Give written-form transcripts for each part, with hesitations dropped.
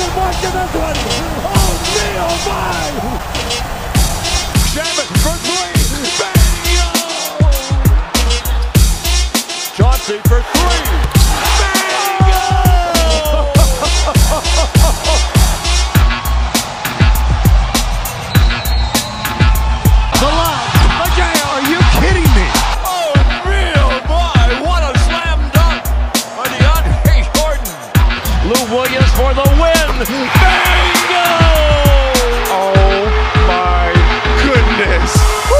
mark in this one. Oh, me, oh, my. Shaman for three. Bingo! Chauncey for three. Bingo! The lob. Again, are you kidding me? Oh, real boy. What a slam dunk by DeAndre Jordan. Lou Williams for the win. Bingo! Oh, my goodness.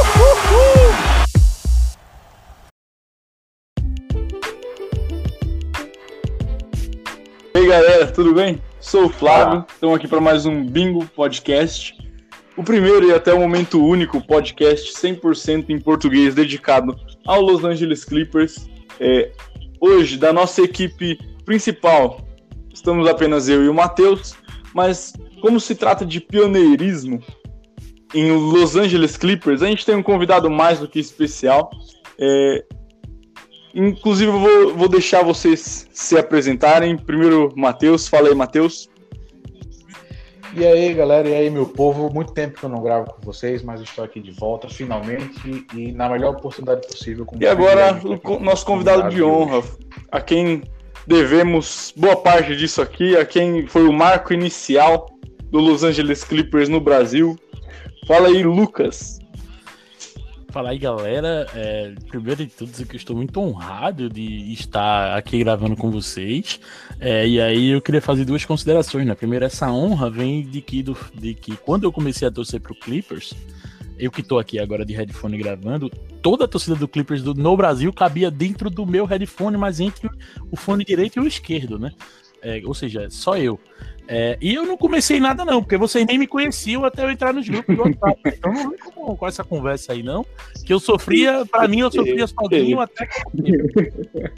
E aí galera, tudo bem? Sou o Flávio, estamos aqui para mais um Bingo Podcast, o primeiro e até o momento único podcast 100% em português dedicado ao Los Angeles Clippers. Hoje, da nossa equipe principal, estamos apenas eu e o Matheus, mas como se trata de pioneirismo em Los Angeles Clippers, a gente tem um convidado mais do que especial. Inclusive, eu vou deixar vocês se apresentarem. Primeiro, Matheus. Fala aí, Matheus. E aí, galera, e aí, meu povo. Muito tempo que eu não gravo com vocês, mas estou aqui de volta, finalmente, e na melhor oportunidade possível. E agora, o nosso convidado de honra, a quem devemos boa parte disso aqui, a quem foi o marco inicial do Los Angeles Clippers no Brasil. Fala aí, Lucas. Fala aí, galera. Primeiro de tudo, dizer que eu estou muito honrado de estar aqui gravando com vocês. E aí eu queria fazer duas considerações, né? Primeiro, essa honra vem de que quando eu comecei a torcer pro Clippers, eu que estou aqui agora de headphone gravando, toda a torcida do Clippers no Brasil cabia dentro do meu headphone, mas entre o fone direito e o esquerdo, né? Ou seja, só eu. E eu não comecei nada não, porque vocês nem me conheciam até eu entrar nos grupos do WhatsApp. Então não vem com essa conversa aí não, que eu sofria, pra mim eu sofria sozinho até que...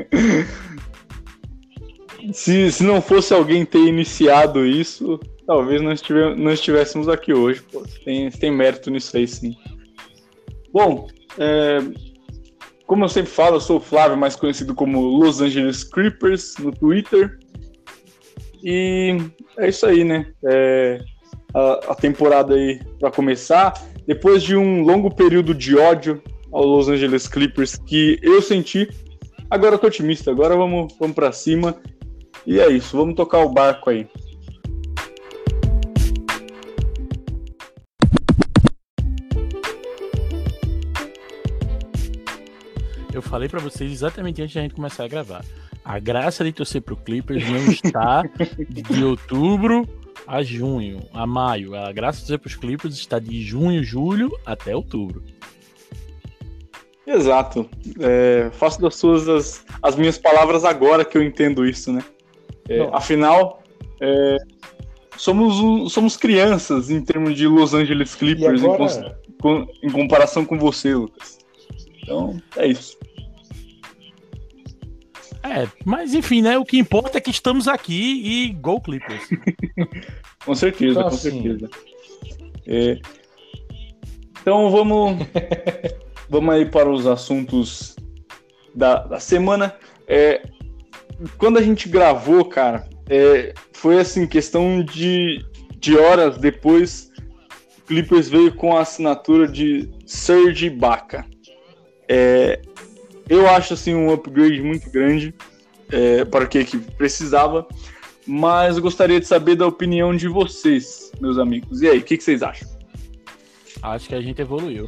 Se não fosse alguém ter iniciado isso, talvez não estivéssemos aqui hoje. Pô, tem mérito nisso aí, sim. Bom, como eu sempre falo, eu sou o Flávio, mais conhecido como Los Angeles Clippers no Twitter. E é isso aí, né? A temporada aí para começar. Depois de um longo período de ódio ao Los Angeles Clippers que eu senti, agora eu tô otimista. Agora vamos para cima. E é isso, vamos tocar o barco aí. Eu falei pra vocês exatamente antes de a gente começar a gravar. A graça de torcer pro Clippers não está de outubro a junho, a maio. A graça de torcer pros Clippers está de junho, julho até outubro. Exato. Faço das suas as minhas palavras agora que eu entendo isso, né? Afinal, somos crianças em termos de Los Angeles Clippers agora... em comparação com você, Lucas. Então, é isso. Mas enfim, né? O que importa é que estamos aqui e Go Clippers. Com certeza, então, com certeza. Então vamos aí para os assuntos da semana. Quando a gente gravou, cara, foi assim, questão de horas depois, o Clippers veio com a assinatura de Serge Ibaka. Eu acho assim um upgrade muito grande para o que a equipe precisava, mas eu gostaria de saber da opinião de vocês, meus amigos. E aí, o que vocês acham? Acho que a gente evoluiu.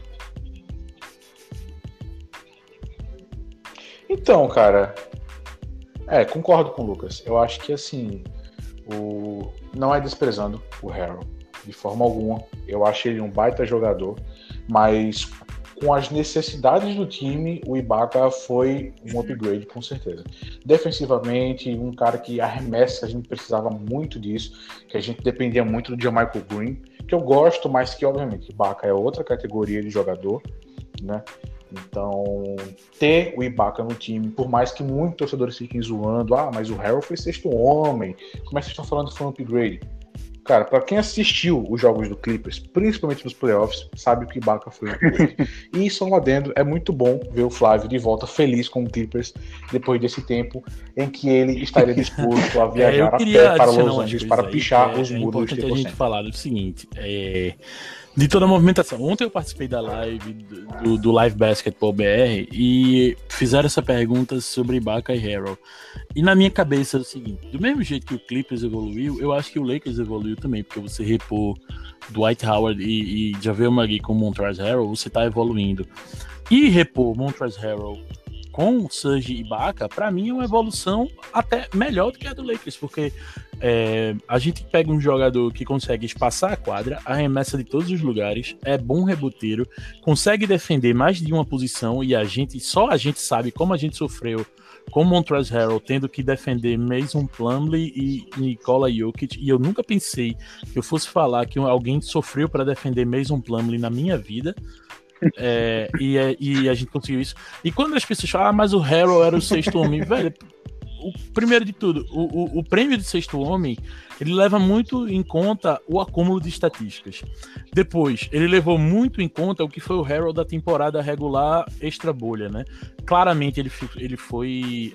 Então, cara, concordo com o Lucas. Eu acho que assim, não é desprezando o Harrell de forma alguma. Eu acho ele um baita jogador, mas com as necessidades do time, o Ibaka foi um upgrade, com certeza. Defensivamente, um cara que arremessa, a gente precisava muito disso, que a gente dependia muito do Jamichael Green, que eu gosto, mas que, obviamente, Ibaka é outra categoria de jogador, né? Então, ter o Ibaka no time, por mais que muitos torcedores fiquem zoando, mas o Harrell foi sexto homem, como é que vocês estão falando que foi um upgrade? Cara, pra quem assistiu os jogos do Clippers, principalmente nos playoffs, sabe que Ibaka foi um posto. E só um adendo, é muito bom ver o Flávio de volta feliz com o Clippers depois desse tempo em que ele estaria disposto a viajar a pé para Los Angeles para pichar os muros. É importante a gente falar do seguinte, de toda a movimentação. Ontem eu participei da live do Live Basketball BR e fizeram essa pergunta sobre Ibaka e Harrell. E na minha cabeça é o seguinte, do mesmo jeito que o Clippers evoluiu, eu acho que o Lakers evoluiu também, porque você repor Dwight Howard e JaVale McGee com Montrezl Harrell, você tá evoluindo. E repor Montrezl Harrell com Serge Ibaka, pra mim é uma evolução até melhor do que a do Lakers, porque a gente pega um jogador que consegue espaçar a quadra, arremessa de todos os lugares, é bom reboteiro, consegue defender mais de uma posição e só a gente sabe como a gente sofreu com Montrezl Harrell tendo que defender Mason Plumlee e Nikola Jokic, e eu nunca pensei que eu fosse falar que alguém sofreu para defender Mason Plumlee na minha vida. E a gente conseguiu isso. E quando as pessoas falam, mas o Harrell era o sexto homem, velho, primeiro de tudo, o prêmio de sexto homem, ele leva muito em conta o acúmulo de estatísticas. Depois, ele levou muito em conta o que foi o Harrell da temporada regular extra bolha, né? Claramente ele foi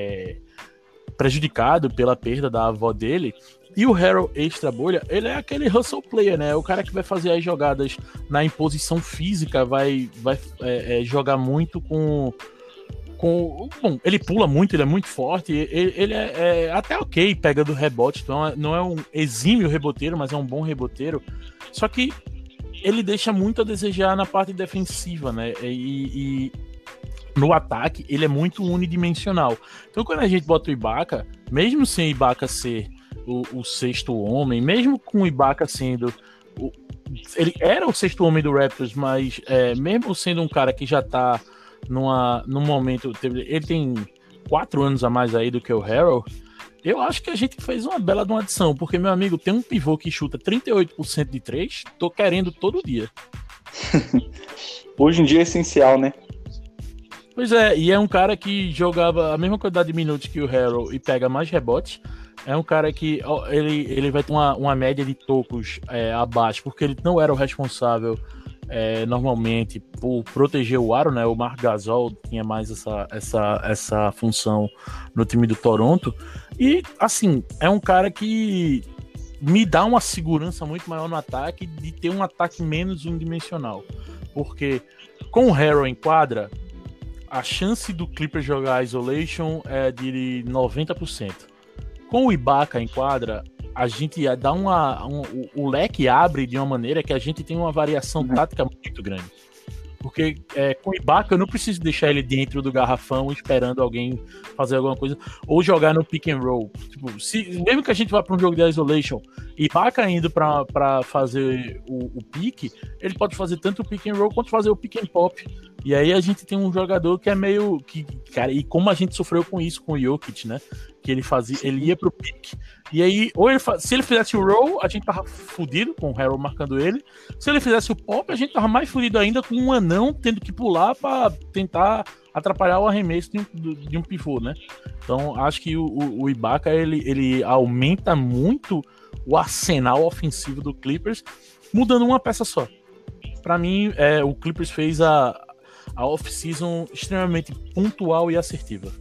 prejudicado pela perda da avó dele. E o Harrell extra bolha, ele é aquele hustle player, né? O cara que vai fazer as jogadas na imposição física, vai jogar muito com... Bom, ele pula muito, ele é muito forte, ele é até ok, pega do rebote, então não é um exímio reboteiro, mas é um bom reboteiro. Só que ele deixa muito a desejar na parte defensiva, né? E no ataque, ele é muito unidimensional. Então quando a gente bota o Ibaka, mesmo sem o Ibaka ser o sexto homem, mesmo com o Ibaka sendo... Ele era o sexto homem do Raptors, mas mesmo sendo um cara que já tá num momento... Ele tem 4 anos a mais aí do que o Harrell. Eu acho que a gente fez uma bela de uma adição, porque, meu amigo, tem um pivô que chuta 38% de 3, tô querendo todo dia. Hoje em dia é essencial, né? Pois é, e é um cara que jogava a mesma quantidade de minutos que o Harrell e pega mais rebotes. É um cara que ele vai ter uma média de tocos abaixo, porque ele não era o responsável normalmente por proteger o aro, né? O Marc Gasol tinha mais essa função no time do Toronto. E, assim, é um cara que me dá uma segurança muito maior no ataque, de ter um ataque menos unidimensional. Porque com o Harrell em quadra, a chance do Clippers jogar isolation é de 90%. Com o Ibaka em quadra, a gente dá o leque abre de uma maneira que a gente tem uma variação tática muito grande. Porque com o Ibaka eu não preciso deixar ele dentro do garrafão esperando alguém fazer alguma coisa, ou jogar no pick and roll. Tipo, mesmo que a gente vá para um jogo de isolation, Ibaka indo para fazer o pick, ele pode fazer tanto o pick and roll quanto fazer o pick and pop. E aí a gente tem um jogador que é meio... Cara, e como a gente sofreu com isso, com o Jokic, né? Que ele ia pro pick. E aí, se ele fizesse o roll, a gente tava fudido com o Harrell marcando ele. Se ele fizesse o pop, a gente tava mais fudido ainda com um anão tendo que pular para tentar atrapalhar o arremesso de um pivô, né? Então, acho que o Ibaka, ele aumenta muito o arsenal ofensivo do Clippers, mudando uma peça só. Para mim, o Clippers fez a off-season extremamente pontual e assertiva.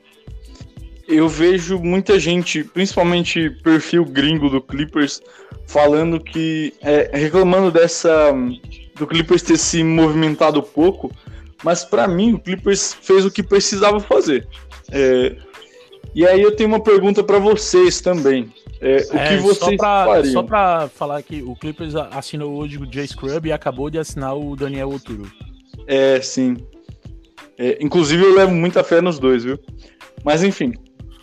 Eu vejo muita gente, principalmente perfil gringo do Clippers, falando que reclamando do Clippers ter se movimentado pouco, mas para mim o Clippers fez o que precisava fazer. E aí eu tenho uma pergunta para vocês também. O que vocês fariam? Só para falar que o Clippers assinou hoje o Jay Scrubb e acabou de assinar o Daniel Oturu. Sim. Inclusive eu levo muita fé nos dois, viu? Mas enfim.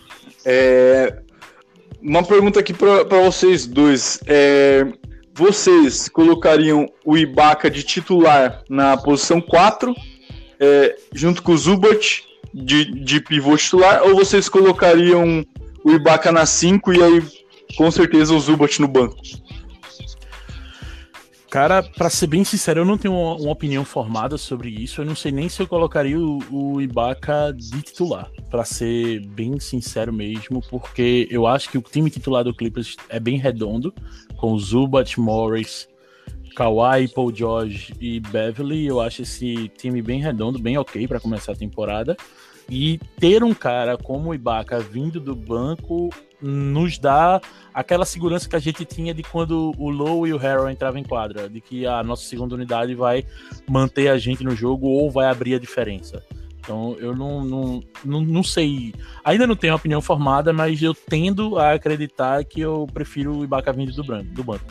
Uma pergunta aqui para vocês dois. Vocês colocariam o Ibaka de titular na posição 4, junto com o Zubac de pivô titular, ou vocês colocariam o Ibaka na 5 e aí com certeza o Zubac no banco? Cara, pra ser bem sincero, eu não tenho uma opinião formada sobre isso. Eu não sei nem se eu colocaria o Ibaka de titular, pra ser bem sincero mesmo, porque eu acho que o time titular do Clippers é bem redondo, com Zubac, Morris, Kawhi, Paul George e Beverly. Eu acho esse time bem redondo, bem ok pra começar a temporada. E ter um cara como o Ibaka vindo do banco nos dá aquela segurança que a gente tinha de quando o Low e o Harrell entravam em quadra, de que a nossa segunda unidade vai manter a gente no jogo ou vai abrir a diferença. Então eu não sei, ainda não tenho uma opinião formada, mas eu tendo a acreditar que eu prefiro o Ibaka vindo do banco.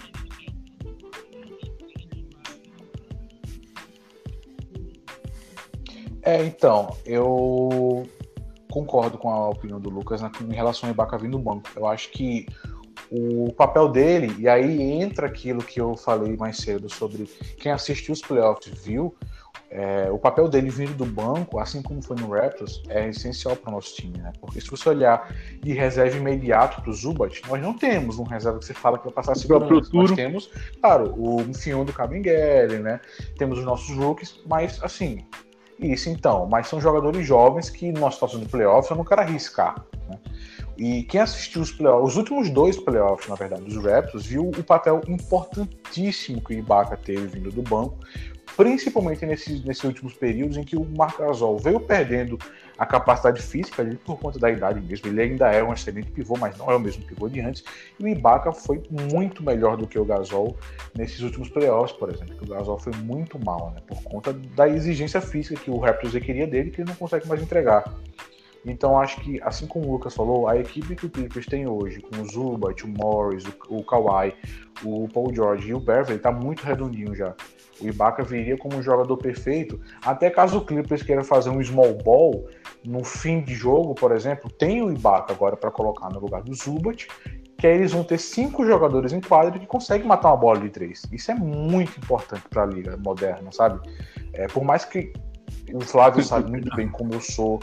Então, eu concordo com a opinião do Lucas em relação ao Ibaka vindo do banco. Eu acho que o papel dele, e aí entra aquilo que eu falei mais cedo sobre quem assistiu os playoffs viu, o papel dele vindo do banco, assim como foi no Raptors, é essencial para o nosso time, né? Porque se você olhar de reserva imediato para o Zubac, nós não temos um reserva que você fala que vai passar segurança. Nós temos, claro, o Fion do Kabengele, né? Temos os nossos rookies, mas assim... Isso, então, mas são jogadores jovens que, numa situação de playoffs, eu não quero arriscar, né? E quem assistiu os playoffs, os últimos 2 playoffs, na verdade, dos Raptors, viu o papel importantíssimo que o Ibaka teve vindo do banco, principalmente nesses últimos períodos em que o Marc Gasol veio perdendo a capacidade física ali por conta da idade mesmo. Ele ainda é um excelente pivô, mas não é o mesmo pivô de antes. E o Ibaka foi muito melhor do que o Gasol nesses últimos playoffs, por exemplo, que o Gasol foi muito mal, né, por conta da exigência física que o Raptors queria dele, que ele não consegue mais entregar. Então acho que, assim como o Lucas falou, a equipe que o Clippers tem hoje, com o Zubac, o Morris, o Kawhi, o Paul George e o Beverly, está muito redondinho já. O Ibaka viria como um jogador perfeito, até caso o Clippers queira fazer um small ball no fim de jogo, por exemplo, tem o Ibaka agora para colocar no lugar do Zubac, que aí eles vão ter 5 jogadores em quadra que conseguem matar uma bola de 3. Isso é muito importante para a liga moderna, sabe? Por mais que o Flávio sabe muito bem como eu sou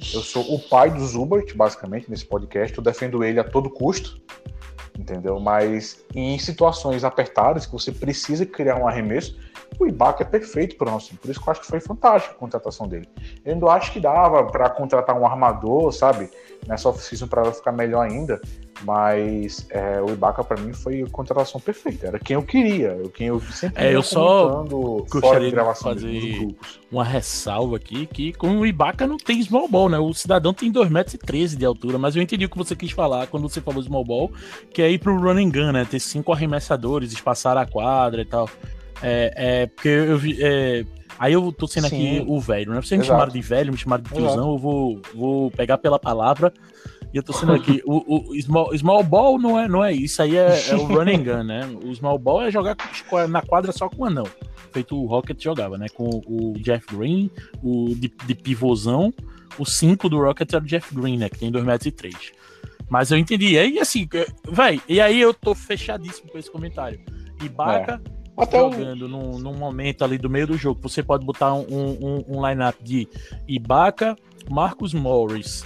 o pai do Zubac, basicamente, nesse podcast, eu defendo ele a todo custo, entendeu? Mas em situações apertadas, que você precisa criar um arremesso, o Ibaka é perfeito para nós. Por isso que eu acho que foi fantástica a contratação dele. Eu ainda acho que dava para contratar um armador, sabe? Nessa off-season para ela ficar melhor ainda. Mas o Ibaka para mim foi a contratação perfeita. Era quem eu queria. Quem eu sempre eu só gostaria de fazer uma ressalva aqui, que com o Ibaka não tem small ball, né? O cidadão tem 2,13 metros de altura, mas eu entendi o que você quis falar quando você falou small ball, que é ir pro run and gun, né? Ter 5 arremessadores, espaçar a quadra e tal. Porque eu vi... Aí eu tô sendo aqui o velho, né? Vocês me chamaram de velho, me chamaram de tiozão, eu vou pegar pela palavra. E eu tô sendo aqui, o small ball não é isso, aí é o run and gun, né? O small ball é jogar na quadra só com o anão, feito o Rocket jogava, né? Com o Jeff Green, o de pivôzão, o 5 do Rocket era o Jeff Green, né? Que tem 2,3 metros. Mas eu entendi, e assim, vai, e aí eu tô fechadíssimo com esse comentário. Ibaka jogando num momento ali do meio do jogo, você pode botar um line-up de Ibaka, Marcus Morris,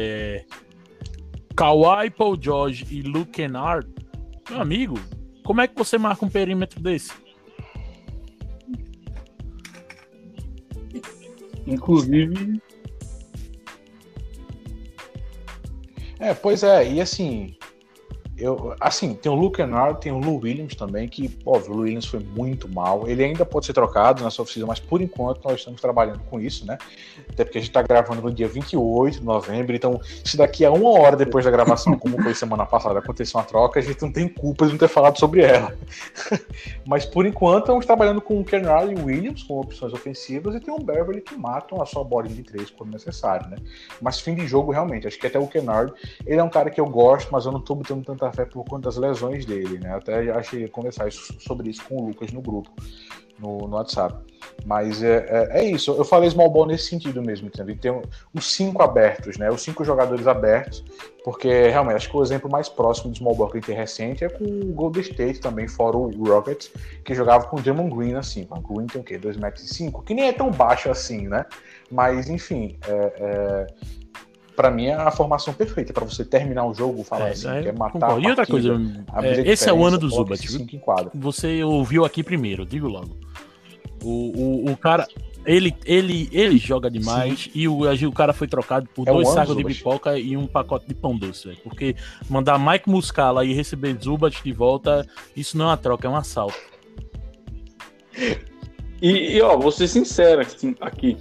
Kawhi, Paul George e Luke Kennard. Meu amigo, como é que você marca um perímetro desse? Inclusive... Pois é, e assim... tem o Luke Kennard, tem o Lou Williams também, que, óbvio, o Lou Williams foi muito mal. Ele ainda pode ser trocado nessa off-season, mas por enquanto nós estamos trabalhando com isso, né? Até porque a gente está gravando no dia 28 de novembro, então se daqui a 1 hora depois da gravação, como foi semana passada, acontecer uma troca, a gente não tem culpa de não ter falado sobre ela. Mas por enquanto estamos trabalhando com o Kennard e o Williams, com opções ofensivas, e tem o Beverly que matam a sua bolinha de 3 quando necessário, né? Mas fim de jogo, realmente, acho que até o Kennard, ele é um cara que eu gosto, mas eu não estou botando tanta fé por conta das lesões dele, né? Até achei conversar sobre isso com o Lucas no grupo, no WhatsApp. Mas é isso, eu falei small ball nesse sentido mesmo, entendeu? Tem os 5 abertos, né? Os 5 jogadores abertos, porque realmente acho que o exemplo mais próximo de small ball que a gente tem recente é com o Golden State também, fora o Rockets, que jogava com o Draymond Green assim. O Green tem o quê? 2,5 metros, que nem é tão baixo assim, né? Mas enfim, pra mim é a formação perfeita pra você terminar o jogo, falar assim, quer matar a partida, e outra coisa, esse é o ano do Zubat. Você ouviu aqui primeiro, digo logo. O cara, ele joga demais. Sim. E o cara foi trocado por 2 sacos de pipoca e um pacote de pão doce, véio. Porque mandar Mike Muscala e receber Zubat de volta, isso não é uma troca, é um assalto. E ó, vou ser sincero aqui.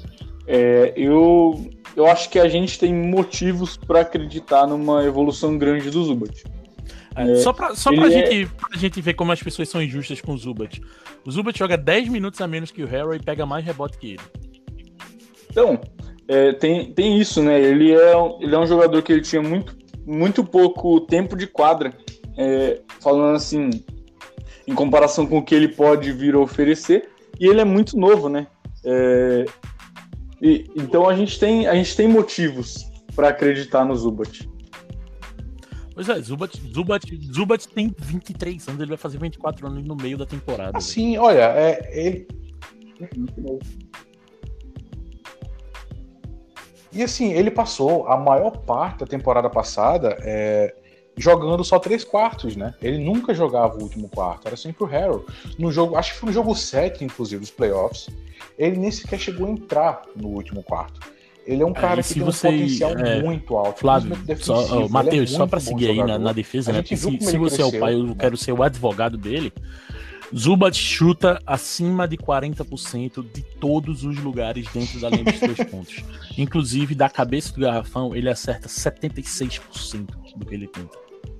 Eu acho que a gente tem motivos para acreditar numa evolução grande do Zubat. Só pra gente ver como as pessoas são injustas com o Zubat. O Zubat joga 10 minutos a menos que o Harrow e pega mais rebote que ele. Então, tem isso, né? Ele é um jogador que ele tinha muito pouco tempo de quadra. Falando assim, em comparação com o que ele pode vir a oferecer. E ele é muito novo, né? Então a gente tem motivos para acreditar no Zubat. Pois é, Zubat tem 23 anos, ele vai fazer 24 anos no meio da temporada. Assim, olha, ele... E assim, ele passou a maior parte da temporada passada jogando só 3 quartos, né? Ele nunca jogava o último quarto, era sempre o Harrow. No jogo, acho que foi no jogo 7, inclusive, dos playoffs, ele nem sequer chegou a entrar no último quarto. Ele é um cara que tem um potencial muito alto. Flávio, Matheus, só pra seguir aí na defesa, né? Se você é o pai, eu quero ser o advogado dele. Zubat chuta acima de 40% de todos os lugares dentro da linha dos 3 pontos. Inclusive, da cabeça do garrafão, ele acerta 76% do que ele tenta.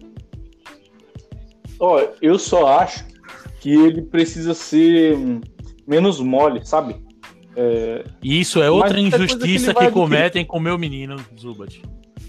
Eu só acho que ele precisa ser menos mole, sabe? E isso é outra injustiça que cometem com o meu menino Zubat.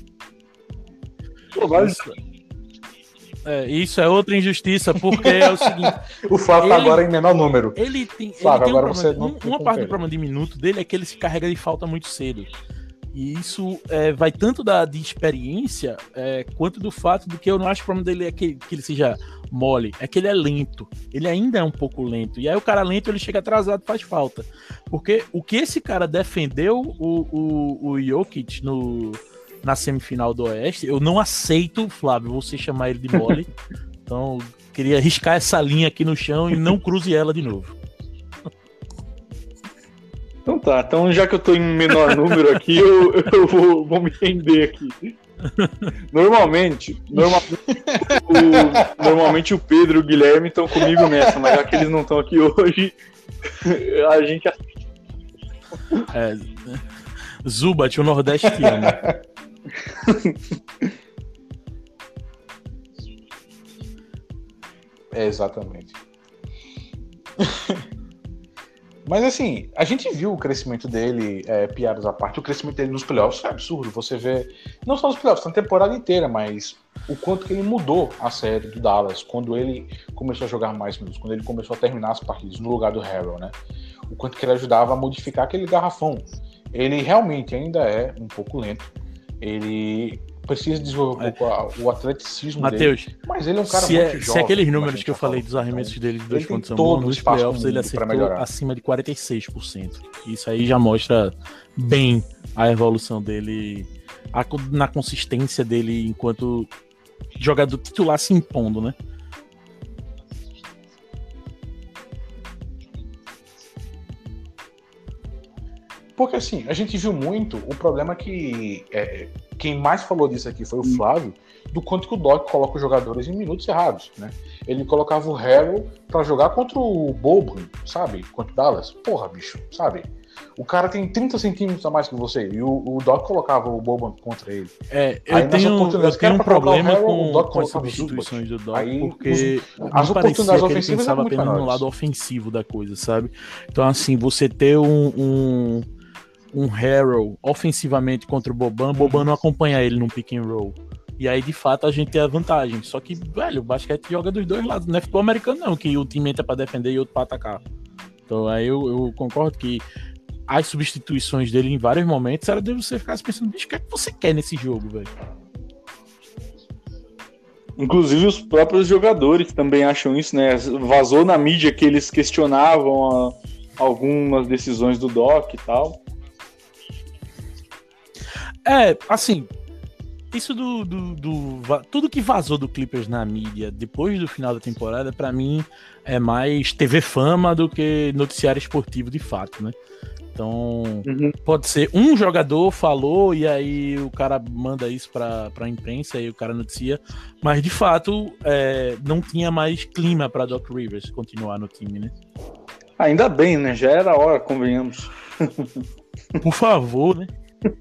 Isso é outra injustiça, porque é o seguinte... O Flávio tá agora em menor número. Ele tem agora uma parte do problema de minuto dele é que ele se carrega de falta muito cedo. E isso vai tanto de experiência quanto do fato de que eu não acho que o problema dele é que ele seja mole, é que ele é lento. Ele ainda é um pouco lento. E aí o cara lento, ele chega atrasado, faz falta. Porque o que esse cara defendeu o Jokic na semifinal do Oeste, eu não aceito, Flávio, você chamar ele de mole. Então, queria riscar essa linha aqui no chão e não cruze ela de novo. Então tá, já que eu tô em menor número aqui, eu vou me render aqui. Normalmente o Pedro e o Guilherme estão comigo nessa, mas já que eles não estão aqui hoje, a gente... Zubat, o nordestiano. Exatamente. Mas assim, a gente viu o crescimento dele, piadas à parte, o crescimento dele nos playoffs foi absurdo. Você vê, não só nos playoffs, na temporada inteira, mas o quanto que ele mudou a série do Dallas quando ele começou a jogar mais minutos, quando ele começou a terminar as partidas no lugar do Harrow, né? O quanto que ele ajudava a modificar aquele garrafão. Ele realmente ainda é um pouco lento. Ele precisa desenvolver um pouco o atleticismo Mateus, dele. Mas ele é um cara muito jovem. Se aqueles números que eu falei dos arremessos dele de 2 pontos são bons, nos playoffs ele acertou acima de 46%. Isso aí já mostra bem a evolução dele, na consistência dele enquanto jogador titular se impondo, né? Porque assim, a gente viu muito o problema que quem mais falou disso aqui foi o Flávio, do quanto que o Doc coloca os jogadores em minutos errados, né? Ele colocava o Harrow pra jogar contra o Boban, sabe? Contra o Dallas. Porra, bicho, sabe? O cara tem 30 centímetros a mais que você, e o Doc colocava o Boban contra ele. Eu tenho um problema com as substituições do Doc, porque as oportunidades ofensivas ele pensava apenas no lado ofensivo da coisa, sabe? Então, assim, você ter um Harrow ofensivamente contra o Boban não acompanha ele num pick and roll. E aí, de fato, a gente tem a vantagem. Só que, velho, o basquete joga dos dois lados. Não é futebol americano, não, que o time entra pra defender e outro pra atacar. Então, aí eu concordo que as substituições dele em vários momentos era de você ficar pensando, bicho, o que é que você quer nesse jogo, velho? Inclusive, os próprios jogadores também acham isso, né? Vazou na mídia que eles questionavam algumas decisões do Doc e tal. Assim, isso tudo que vazou do Clippers na mídia depois do final da temporada, pra mim, é mais TV Fama do que noticiário esportivo de fato, né? Então, pode ser um jogador falou e aí o cara manda isso pra imprensa e o cara noticia, mas de fato não tinha mais clima pra Doc Rivers continuar no time, né? Ainda bem, né? Já era hora, convenhamos. Por favor, né?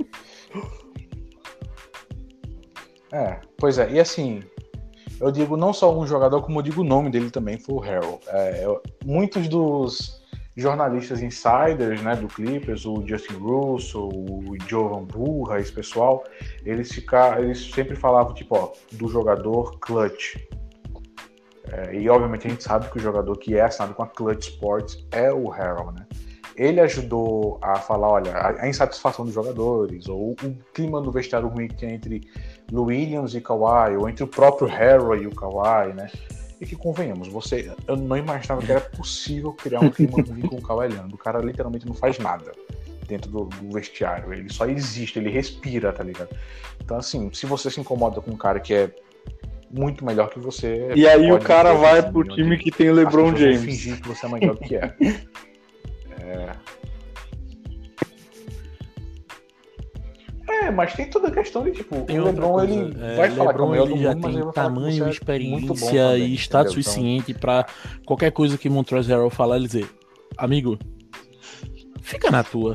Pois é, e assim, eu digo não só um jogador, como eu digo o nome dele também, foi o Harrell. Muitos dos jornalistas insiders, né, do Clippers, o Justin Russell, o Jovan Burra, esse pessoal, eles sempre falavam, tipo, do jogador clutch. E obviamente a gente sabe que o jogador que é assinado com a Clutch Sports é o Harrell, né? Ele ajudou a falar, olha, a insatisfação dos jogadores, ou o clima no vestiário ruim que tem entre Lou Williams e Kawhi, ou entre o próprio Harrell e o Kawhi, né? E que, convenhamos, eu não imaginava que era possível criar um clima ruim com o Kawhi Leonard. O cara literalmente não faz nada dentro do vestiário. Ele só existe, ele respira, tá ligado? Então, assim, se você se incomoda com um cara que é muito melhor que você... E aí o cara vai pro time que tem o LeBron James. Fingir que você é melhor do que é. Mas tem toda a questão de, tipo, tem o LeBron, ele vai falar que é o melhor do já mundo, mas ele tem vai falar tamanho, que você experiência também, e estado entendeu? suficiente pra qualquer coisa que Montrezl Harrell falar, ele dizer, amigo, fica na tua.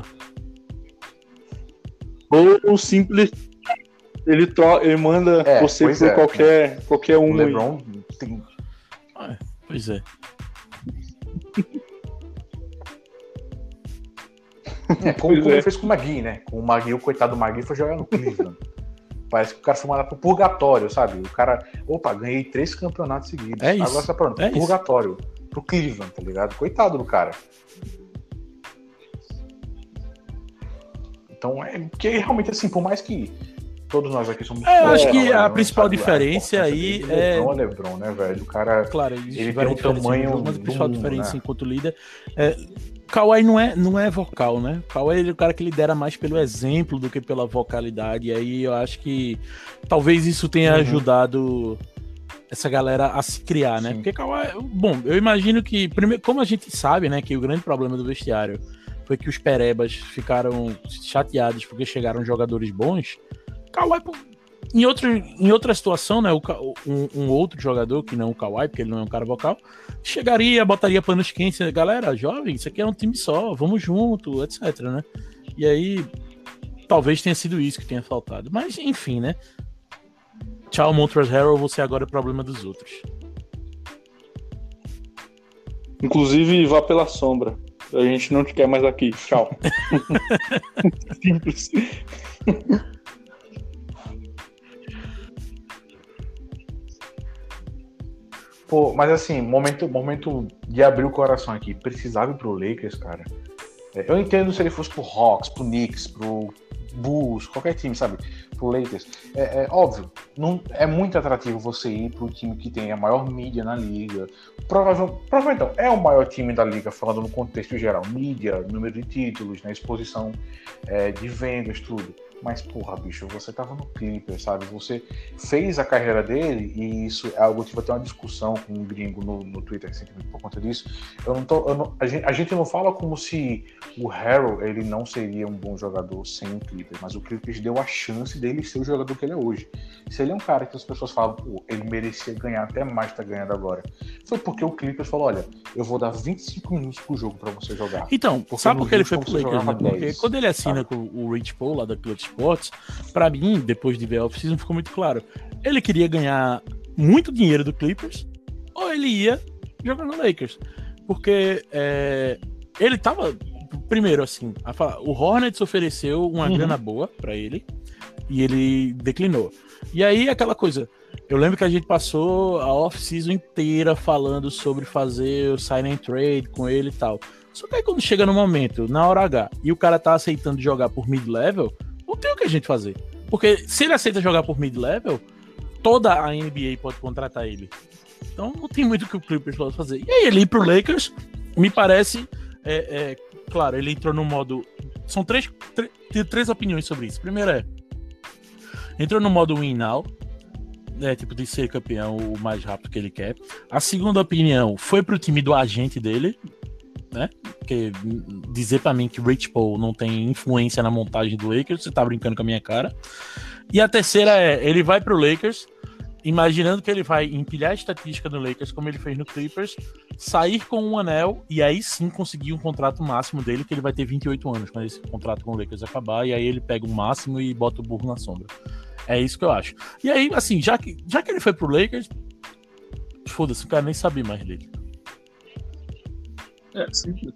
Ou simples, ele manda você por qualquer um. O LeBron tem... Pois é. Como ele fez com o Magui, né? Com o Magui, o coitado do Magui foi jogar no Cleveland. Parece que o cara foi mandado pro purgatório, sabe? O cara, ganhei 3 campeonatos seguidos. É isso. Agora tá pronto, purgatório. Pro Cleveland, tá ligado? Coitado do cara. Então, porque realmente, assim, por mais que todos nós aqui somos... Eu acho que a principal diferença aí é... LeBron, né, velho? O cara... Claro, ele tem um tamanho... Mas a principal diferença, né? enquanto líder... Kawhi não é vocal, né? Kawhi é o cara que lidera mais pelo exemplo do que pela vocalidade. E aí eu acho que talvez isso tenha ajudado essa galera a se criar, né? Sim. Porque Kawhi... Bom, eu imagino que... Primeiro, como a gente sabe, né? Que o grande problema do vestiário foi que os perebas ficaram chateados porque chegaram jogadores bons. Kawhi, em outra situação, né, um outro jogador, que não o Kawhi, porque ele não é um cara vocal, chegaria, botaria panos quentes, galera, jovem, isso aqui é um time só, vamos junto, etc, né? E aí, talvez tenha sido isso que tenha faltado. Mas, enfim, né? Tchau, Montrezl Harrell, você agora é problema dos outros. Inclusive, vá pela sombra. A gente não te quer mais aqui. Tchau. Simples. Pô, mas assim, momento de abrir o coração aqui. Precisava ir pro Lakers, cara. Eu entendo se ele fosse pro Hawks, pro Knicks, pro Bulls, qualquer time, sabe? Pro Lakers. Óbvio, não, é muito atrativo você ir pro time que tem a maior mídia na liga. Provavelmente não, é o maior time da liga, falando no contexto geral. Mídia, número de títulos, né, exposição de vendas, tudo. Mas, porra, bicho, você tava no Clippers, sabe? Você fez a carreira dele, e isso é algo que tive até uma discussão com um gringo no Twitter recentemente por conta disso. A gente não fala como se o Harrell, ele não seria um bom jogador sem o Clippers, mas o Clippers deu a chance dele ser o jogador que ele é hoje. Se ele é um cara que as pessoas falam, pô, ele merecia ganhar até mais que tá ganhando agora, foi porque o Clippers falou, olha, eu vou dar 25 minutos pro jogo pra você jogar. Então, sabe por que ele foi pro Lakers, né? Porque quando ele assina com o Rich Paul, lá da Clutch Sports, pra mim, depois de ver a off-season, ficou muito claro. Ele queria ganhar muito dinheiro do Clippers, ou ele ia jogar no Lakers. Porque ele tava... Primeiro, assim, o Hornets ofereceu uma grana boa pra ele, e ele declinou. E aí, aquela coisa... Eu lembro que a gente passou a off-season inteira falando sobre fazer o sign and trade com ele e tal. Só que aí quando chega no momento, na hora H, e o cara tá aceitando jogar por mid-level, não tem o que a gente fazer. Porque se ele aceita jogar por mid-level, toda a NBA pode contratar ele. Então não tem muito o que o Clippers pode fazer. E aí ele ir pro Lakers, me parece... claro, ele entrou no modo... São três opiniões sobre isso. Primeiro entrou no modo win now, tipo de ser campeão o mais rápido que ele quer. A segunda opinião foi pro time do agente dele, né? Porque dizer pra mim que Rich Paul não tem influência na montagem do Lakers, você tá brincando com a minha cara. E a terceira ele vai pro Lakers, imaginando que ele vai empilhar a estatística do Lakers como ele fez no Clippers, sair com um anel e aí sim conseguir um contrato máximo dele, que ele vai ter 28 anos quando esse contrato com o Lakers acabar, e aí ele pega o máximo e bota o burro na sombra. É isso que eu acho. E aí, assim, já que ele foi pro Lakers, foda-se, não quero nem saber mais dele. Simples.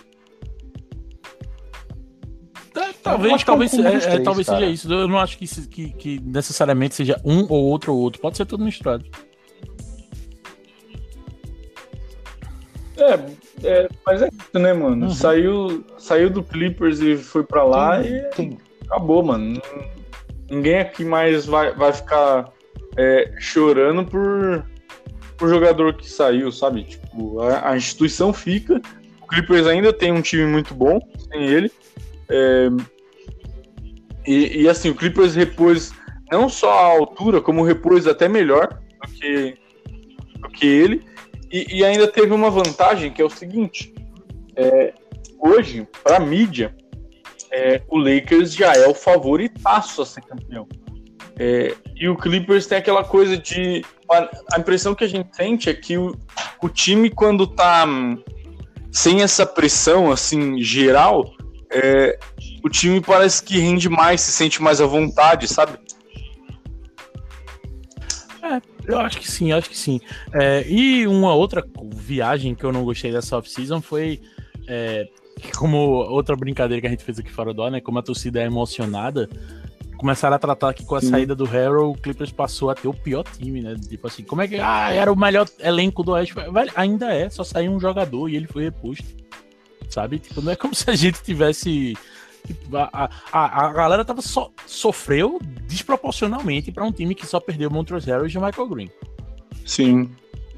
Talvez seja isso. Eu não acho que necessariamente seja um ou outro. Pode ser tudo misturado. Mas é isso, né, mano? Saiu do Clippers e foi pra lá acabou, mano. Ninguém aqui mais vai ficar chorando por jogador que saiu, sabe? Tipo, a instituição fica. O Clippers ainda tem um time muito bom, sem ele. E assim, o Clippers repôs não só a altura, como repôs até melhor do que ele. E ainda teve uma vantagem, que é o seguinte: hoje, pra mídia, o Lakers já é o favoritaço a ser campeão. E o Clippers tem aquela coisa de... A impressão que a gente sente é que o time, quando tá sem essa pressão assim, geral, o time parece que rende mais, se sente mais à vontade, sabe? Eu acho que sim. E uma outra viagem que eu não gostei dessa off-season foi... como outra brincadeira que a gente fez aqui fora do ar, né? Como a torcida é emocionada, começaram a tratar que com a saída do Harrell, o Clippers passou a ter o pior time, né? Tipo assim, como é que... era o melhor elenco do Oeste. Ainda só saiu um jogador e ele foi reposto, sabe? Tipo, não é como se a gente tivesse... Tipo, a galera sofreu desproporcionalmente para um time que só perdeu Montrezl Harrell e Michael Green. Sim.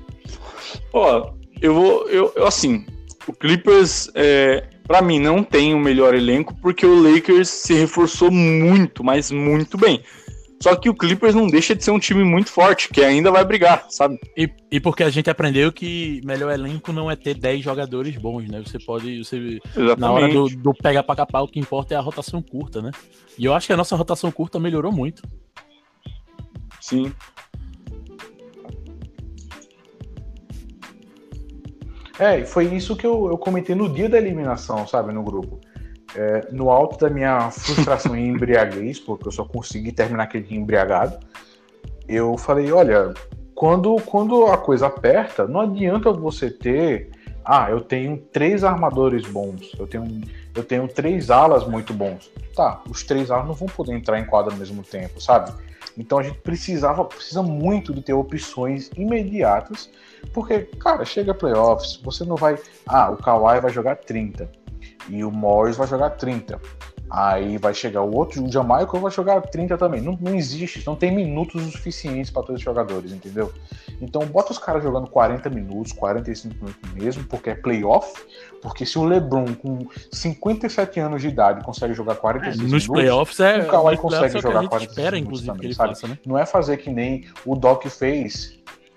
Assim... O Clippers, pra mim, não tem o melhor elenco porque o Lakers se reforçou muito, mas muito bem. Só que o Clippers não deixa de ser um time muito forte, que ainda vai brigar, sabe? E porque a gente aprendeu que melhor elenco não é ter 10 jogadores bons, né? Na hora do pega pra capar, o que importa é a rotação curta, né? E eu acho que a nossa rotação curta melhorou muito. Sim. Foi isso que eu comentei no dia da eliminação, sabe, no grupo. No alto da minha frustração e embriaguez, porque eu só consegui terminar aquele dia embriagado, eu falei, olha, quando a coisa aperta, não adianta você ter... eu tenho 3 armadores bons, eu tenho 3 alas muito bons. Tá, os 3 alas não vão poder entrar em quadra ao mesmo tempo, sabe? Então a gente precisa muito de ter opções imediatas, porque, cara, chega playoffs, você não vai... o Kawhi vai jogar 30, e o Morris vai jogar 30. Aí vai chegar o outro, o Jamaica vai jogar 30 também. Não existe, não tem minutos o suficientes para todos os jogadores, entendeu? Então bota os caras jogando 40 minutos, 45 minutos mesmo, porque é playoff. Porque se o LeBron com 57 anos de idade consegue jogar 46 nos minutos, playoffs o Kawhi consegue jogar 46 espera, minutos inclusive, também, que ele sabe? faça, né? Não é fazer que nem o Doc fez.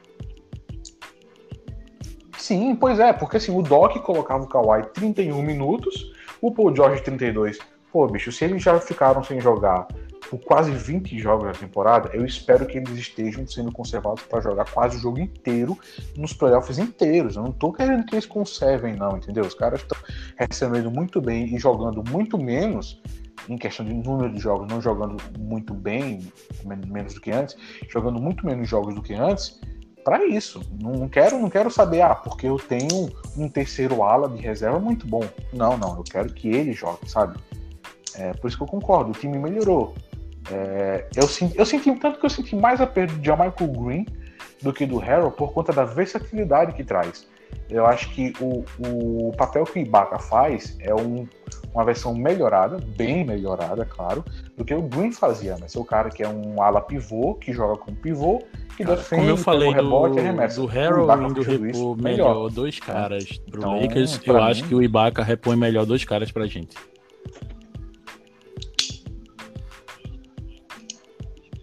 Sim, pois é, porque assim, o Doc colocava o Kawhi 31 minutos, o Paul George 32. Pô, bicho, se eles já ficaram sem jogar por quase 20 jogos na temporada, eu espero que eles estejam sendo conservados para jogar quase o jogo inteiro nos playoffs inteiros. Eu não tô querendo que eles conservem, não, entendeu? Os caras estão recebendo muito bem e jogando muito menos, em questão de número de jogos, não jogando muito bem, menos do que antes, jogando muito menos jogos do que antes, para isso. Não quero saber, porque eu tenho um terceiro ala de reserva muito bom. Não, eu quero que ele jogue, sabe? Por isso que eu concordo, o time melhorou. Eu senti tanto que eu senti mais a perda de Michael Green do que do Harrell por conta da versatilidade que traz. Eu acho que o papel que o Ibaka faz é uma versão melhorada, bem melhorada, claro, do que o Green fazia, né? Ser o cara que é um ala pivô, que joga com pivô, que defende, como eu falei, rebote, arremessa. Do Harrell indo repor melhor 2 caras pro então, Lakers, eu acho que o Ibaka repõe melhor 2 caras pra gente.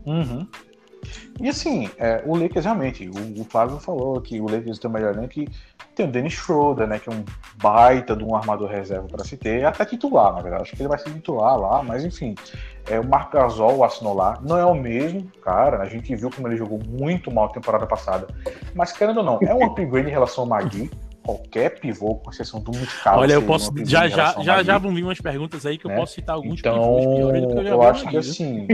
Uhum. E assim, o Lakers realmente, o Flávio falou que o Lakers tem o melhor elenco, que tem o Dennis Schroeder, né, que é um baita de um armador reserva para se ter, até titular, na verdade, acho que ele vai ser titular lá, mas enfim, o Marc Gasol assinou lá, não é o mesmo, cara, a gente viu como ele jogou muito mal a temporada passada, mas querendo ou não, é um upgrade em relação ao Magui, qualquer pivô, com exceção do Muscala. Olha, eu posso, já vão vir umas perguntas aí que eu posso citar alguns então, pivôs piores do que eu já eu vi acho na que vida. assim...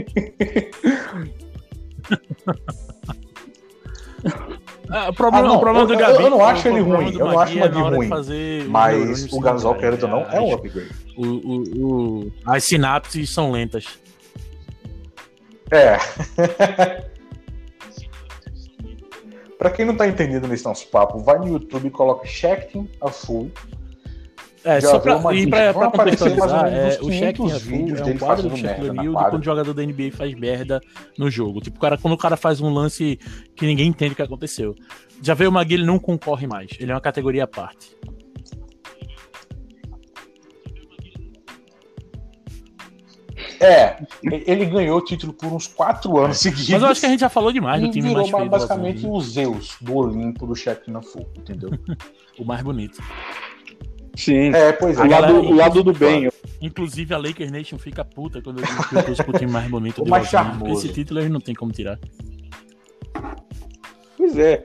O problema do Gabi. Eu não acho ele ruim. Eu não acho o Magui ruim. Mas o Gasol, querendo ou não, é um upgrade. As sinapses são lentas. Pra quem não tá entendendo nesse nosso papo, vai no YouTube e coloca Shaqtin' a Full. Só pra contextualizar, o Shaqtin' a Full vídeos é um dele quadro do fazendo Shaquille merda na O'Neal de quadra. quando o jogador da NBA faz merda no jogo. Tipo, quando o cara faz um lance que ninguém entende o que aconteceu. Já veio o Magui, ele não concorre mais. Ele é uma categoria à parte. Ele ganhou o título por uns 4 anos seguidos. Mas eu acho que a gente já falou demais do time virou mais feio. basicamente o Zeus do Olimpo do Shaqtin' a Full, entendeu? O mais bonito. Sim. Pois é. O lado do bem. Inclusive a Lakers Nation fica puta quando eu digo que eu torço pro time mais bonito do mais Brasil. charmoso. Esse título eles não tem como tirar. Pois é.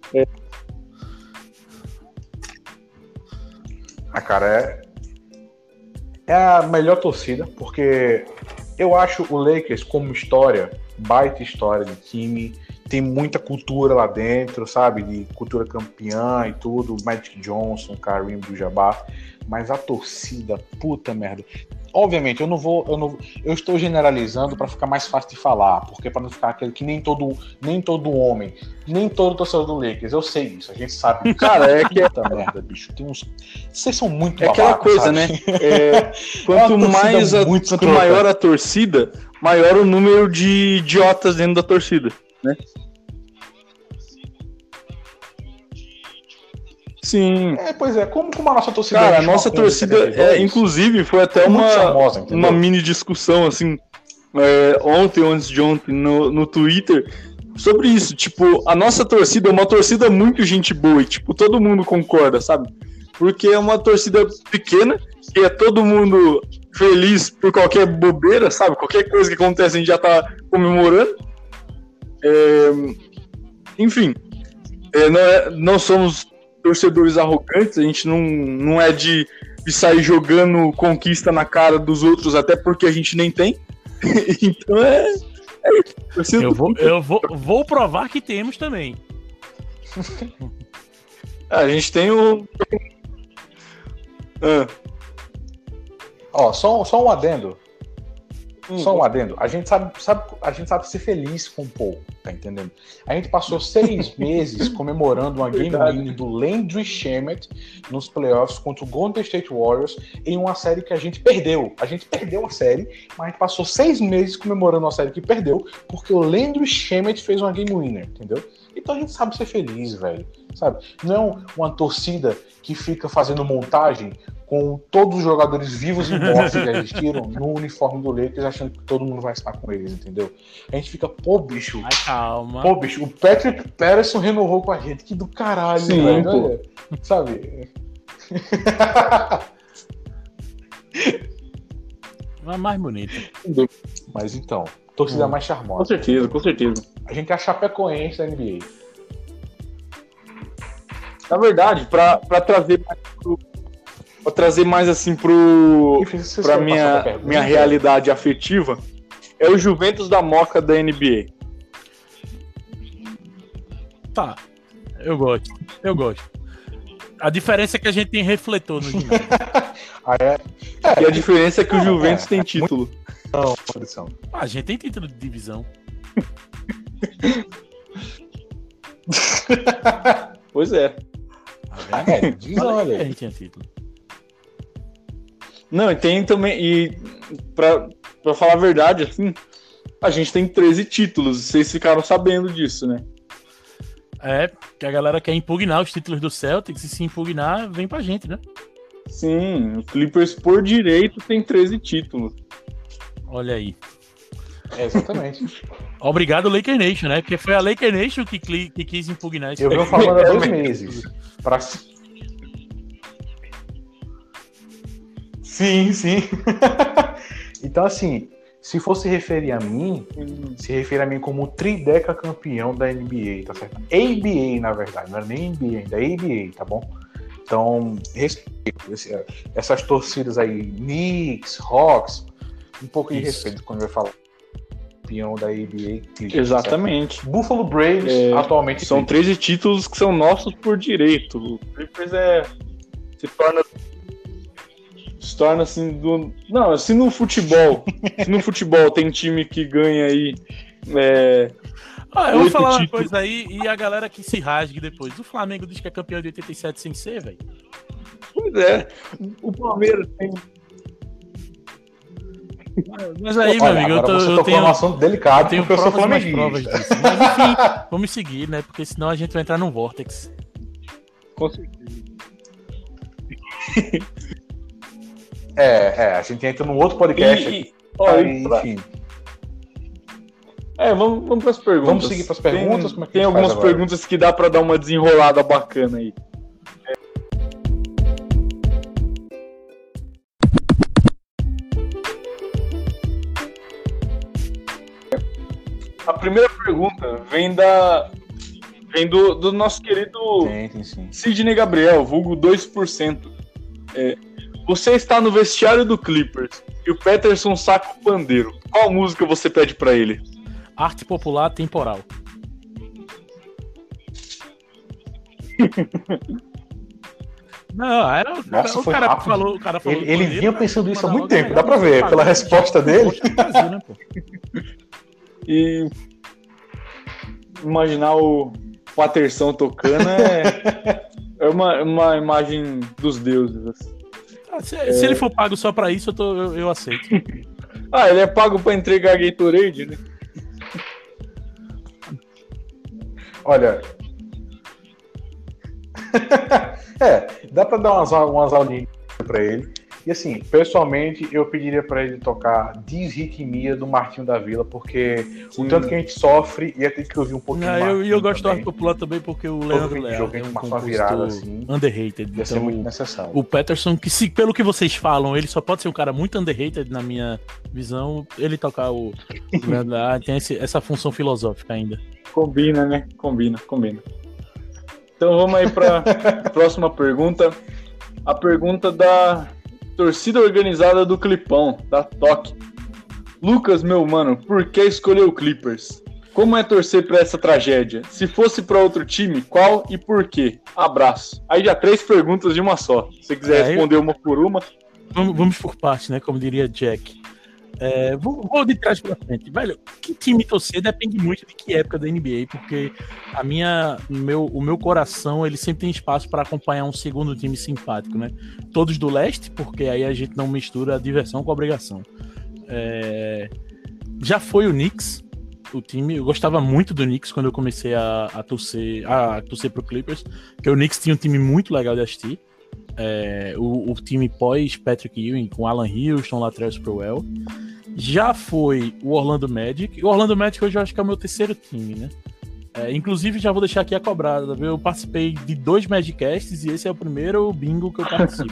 Cara, é a melhor torcida, porque eu acho o Lakers como história, baita história de time, tem muita cultura lá dentro, sabe, de cultura campeã e tudo, Magic Johnson, Kareem Abdul-Jabbar, mas a torcida, puta merda. Obviamente, eu estou generalizando para ficar mais fácil de falar, porque para não ficar aquele que nem todo homem, nem todo torcedor do Lakers, eu sei isso, a gente sabe disso. Cara, é que puta merda, bicho, vocês são muito babacos, aquela coisa, sabe? né? Quanto maior a torcida, maior o número de idiotas dentro da torcida, né? Sim. Pois é, como a nossa torcida... Cara, a nossa torcida, inclusive, foi até uma mini discussão, assim, ontem ou antes de ontem, no Twitter, sobre isso. Tipo, a nossa torcida é uma torcida muito gente boa e, tipo, todo mundo concorda, sabe? Porque é uma torcida pequena, que é todo mundo feliz por qualquer bobeira, sabe? Qualquer coisa que acontece, a gente já tá comemorando. Enfim, não somos torcedores arrogantes, a gente não é de sair jogando conquista na cara dos outros, até porque a gente nem tem. Então eu vou provar que temos também. A gente tem o... Só um adendo. Só um adendo. A gente sabe ser feliz com pouco, tá entendendo? A gente passou 6 meses comemorando uma game winning do Landry Shamet nos playoffs contra o Golden State Warriors em uma série que a gente perdeu. A gente perdeu a série, mas a gente passou 6 meses comemorando uma série que perdeu porque o Landry Shamet fez uma game winner, entendeu? Então a gente sabe ser feliz, velho. Sabe? Não é uma torcida que fica fazendo montagem com todos os jogadores vivos e mortos que existiram no uniforme do Lakers, achando que todo mundo vai estar com eles, entendeu? A gente fica, bicho. Ai, calma. Bicho, o Patrick Patterson renovou com a gente, que do caralho, sim, velho. Olha, sabe? A mais bonita. Mas então, torcida mais charmosa. Com certeza. A gente é a Chapecoense da NBA. Na verdade, pra trazer mais assim pra minha realidade afetiva, é o Juventus da Moca da NBA. Tá, eu gosto. A diferença é que a gente tem refletor no ginásio. E a diferença é que o Juventus tem título. Não, condição. A gente tem título de divisão. Pois é. Divisão, a gente tinha título. Não, e tem também, e pra falar a verdade, assim, a gente tem 13 títulos, vocês ficaram sabendo disso, né? Que a galera quer impugnar os títulos do Celtics, e se impugnar, vem pra gente, né? Sim, o Clippers por direito tem 13 títulos. Olha aí. Exatamente. Obrigado, Laker Nation, né? Porque foi a Laker Nation que quis impugnar isso. Eu venho falando há 2 meses. Sim. Então, assim, se fosse referir a mim, se referir a mim como o trideca campeão da NBA, tá certo? ABA, na verdade, não era nem NBA ainda, ABA, tá bom? Então, respeito essas torcidas aí, Knicks, Hawks, um pouco de respeito quando vai falar campeão da ABA. Exatamente. Certo? Buffalo Braves, atualmente... São 13 títulos que são nossos por direito. O Clippers se torna assim do... Não, se no futebol tem time que ganha aí eu vou falar uma coisa aí e a galera que se rasgue depois. O Flamengo diz que é campeão de 87 sem ser, velho. Pois é. O Palmeiras tem... Mas aí, meu amigo, eu tenho um assunto delicado, eu tenho provas disso. Mas enfim, vamos seguir, né? Porque senão a gente vai entrar num vórtex. Com certeza. A gente entra num outro podcast. Enfim. Vamos para as perguntas. Vamos seguir para as perguntas? Tem algumas perguntas que dá para dar uma desenrolada bacana aí. A primeira pergunta vem do nosso querido Sidney Gabriel, vulgo 2%. Você está no vestiário do Clippers e o Peterson saca o pandeiro. Qual música você pede pra ele? Arte popular temporal. Não, era o cara falou. Ele vinha pensando isso há muito tempo, dá pra ver pela resposta dele. E imaginar o Paterson tocando é uma imagem dos deuses. Assim. Se ele for pago só pra isso, eu aceito. Ele é pago pra entregar Gatorade, né? Olha. Dá pra dar umas aulinhas pra ele. E assim, pessoalmente, eu pediria pra ele tocar Disritmia do Martinho da Vila, porque o tanto que a gente sofre ia ter que ouvir um pouquinho mais. E eu gosto do Arte Popular também, porque o Leandro Leal é um compositor assim, underrated. Ia ser muito necessário. O Peterson, que pelo que vocês falam, ele só pode ser um cara muito underrated na minha visão, ele tocar o Leandro Leal tem essa função filosófica ainda. Combina, né? Combina. Então vamos aí pra próxima pergunta. A pergunta da torcida organizada do Clipão, da Toque. Lucas, meu mano, por que escolheu o Clippers? Como é torcer pra essa tragédia? Se fosse pra outro time, qual e por quê? Abraço. Aí já 3 perguntas de uma só. Se você quiser responder uma por uma. Vamos por parte, né? Como diria Jack. Vou de trás pra frente. Velho, que time torcer depende muito de que época da NBA, porque o meu coração, ele sempre tem espaço para acompanhar um segundo time simpático, né? Todos do leste, porque aí a gente não mistura a diversão com a obrigação. Já foi o Knicks, o time. Eu gostava muito do Knicks quando eu comecei a torcer pro Clippers, porque o Knicks tinha um time muito legal de assistir. O time pós Patrick Ewing, com Alan Houston, Latrell Sprewell. Já foi o Orlando Magic. O Orlando Magic hoje eu acho que é o meu terceiro time, né? Inclusive, já vou deixar aqui a cobrada. Eu participei de 2 Magiccasts e esse é o primeiro bingo que eu participo.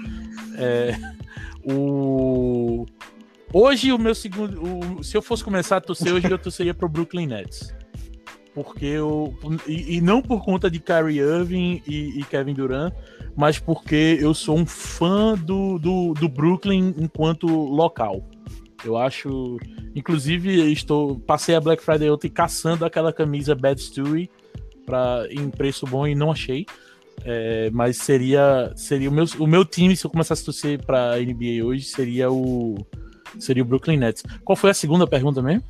Hoje, o meu segundo... se eu fosse começar a torcer hoje, eu torceria pro Brooklyn Nets. Porque e não por conta de Kyrie Irving e Kevin Durant, mas porque eu sou um fã do Brooklyn enquanto local. Eu acho... Inclusive, passei a Black Friday ontem caçando aquela camisa Bad Stewie em preço bom e não achei. Mas seria o meu time, se eu começasse a torcer pra NBA hoje, seria o Brooklyn Nets. Qual foi a segunda pergunta mesmo?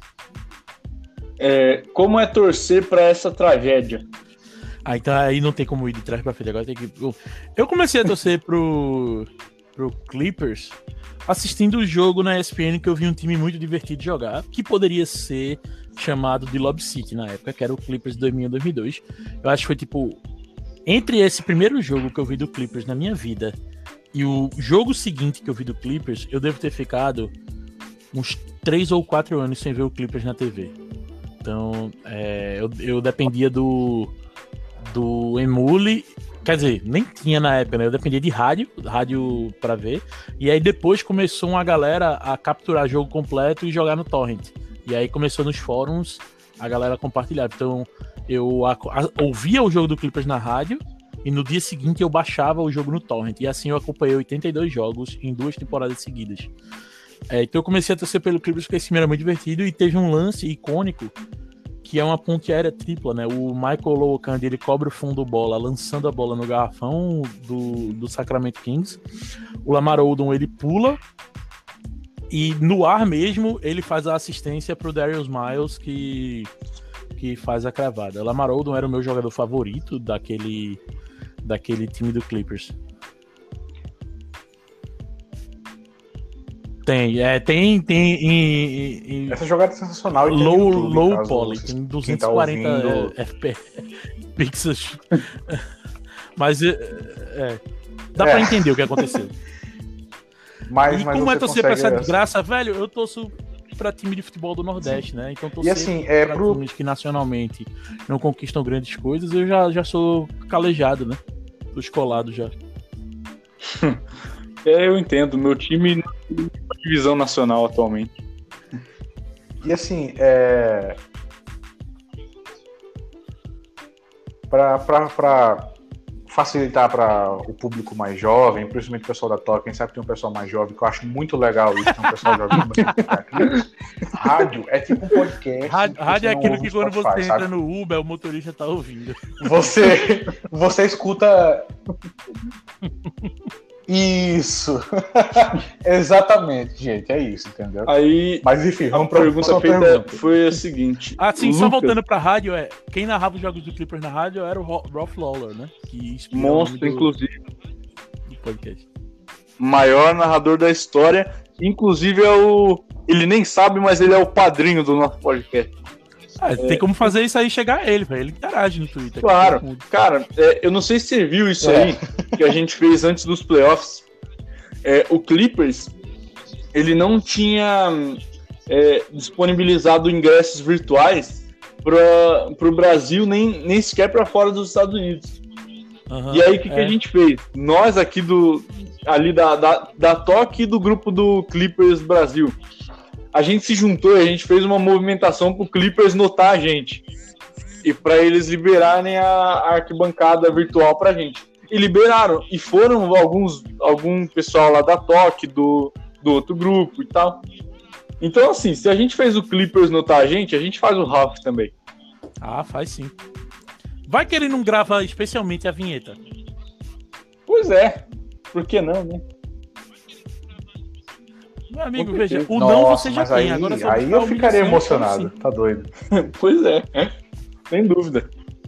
Como é torcer pra essa tragédia? Então aí não tem como ir de trás pra frente. Agora tem que... Eu comecei a torcer pro Clippers assistindo o jogo na ESPN, que eu vi um time muito divertido de jogar, que poderia ser chamado de Lob City na época, que era o Clippers de 2001, 2002. Eu acho que foi tipo... Entre esse primeiro jogo que eu vi do Clippers na minha vida e o jogo seguinte que eu vi do Clippers, eu devo ter ficado uns 3 ou 4 anos sem ver o Clippers na TV. Então, eu dependia do Emule. Quer dizer, nem tinha na época, né? Eu dependia de rádio pra ver. E aí depois começou uma galera a capturar jogo completo e jogar no torrent. E aí começou nos fóruns a galera compartilhar. Então eu ouvia o jogo do Clippers na rádio e no dia seguinte eu baixava o jogo no torrent. E assim eu acompanhei 82 jogos em 2 temporadas seguidas. Então eu comecei a torcer pelo Clippers porque esse time era muito divertido e teve um lance icônico que é uma ponte aérea tripla, né? O Michael Lowokandi, ele cobre o fundo bola, lançando a bola no garrafão do Sacramento Kings. O Lamar Odom, ele pula e no ar mesmo ele faz a assistência pro Darius Miles que faz a cravada. O Lamar Odom era o meu jogador favorito daquele time do Clippers. Tem. Essa jogada é sensacional. E low poly, tem 240 FPS pixels. Mas dá pra entender o que aconteceu. Mas como é torcer pra essa desgraça, velho? Eu torço pra time de futebol do Nordeste, né? Então torcer pra times que nacionalmente não conquistam grandes coisas, eu já sou calejado, né? Tô escolado já. Eu entendo, meu time não tem divisão nacional atualmente. E assim, para facilitar para o público mais jovem, principalmente o pessoal da Toca, quem sabe tem um pessoal mais jovem, que eu acho muito legal isso, tem um pessoal jovem aqui. Rádio é tipo um podcast. Rádio é aquilo que quando você entra no Uber, o motorista tá ouvindo. Você escuta... Isso! Exatamente, gente, é isso, entendeu? Aí, mas enfim, vamos para a pergunta feita foi a seguinte. Sim, Lucas... só voltando pra rádio, quem narrava os jogos do Clippers na rádio era o Ralph Lawler, né? Que monstro, inclusive. Do podcast. Maior narrador da história, inclusive ele nem sabe, mas ele é o padrinho do nosso podcast. Tem como fazer isso aí chegar a ele, velho. Ele interage no Twitter. Claro, cara, eu não sei se você viu isso aí que a gente fez antes dos playoffs. O Clippers, ele não tinha disponibilizado ingressos virtuais para o Brasil, nem sequer para fora dos Estados Unidos. Uhum, e aí, o que a gente fez? Nós aqui da TOC e do grupo do Clippers Brasil, a gente se juntou e a gente fez uma movimentação pro Clippers notar a gente. E para eles liberarem a arquibancada virtual pra gente. E liberaram. E foram algum pessoal lá da TOC, do outro grupo e tal. Então, assim, se a gente fez o Clippers notar a gente faz o Ralph também. Faz sim. Vai que ele não grava especialmente a vinheta. Pois é. Por que não, né? Meu amigo, veja, não você já tem. Agora aí eu ficaria emocionado, tá doido. Pois é, sem dúvida.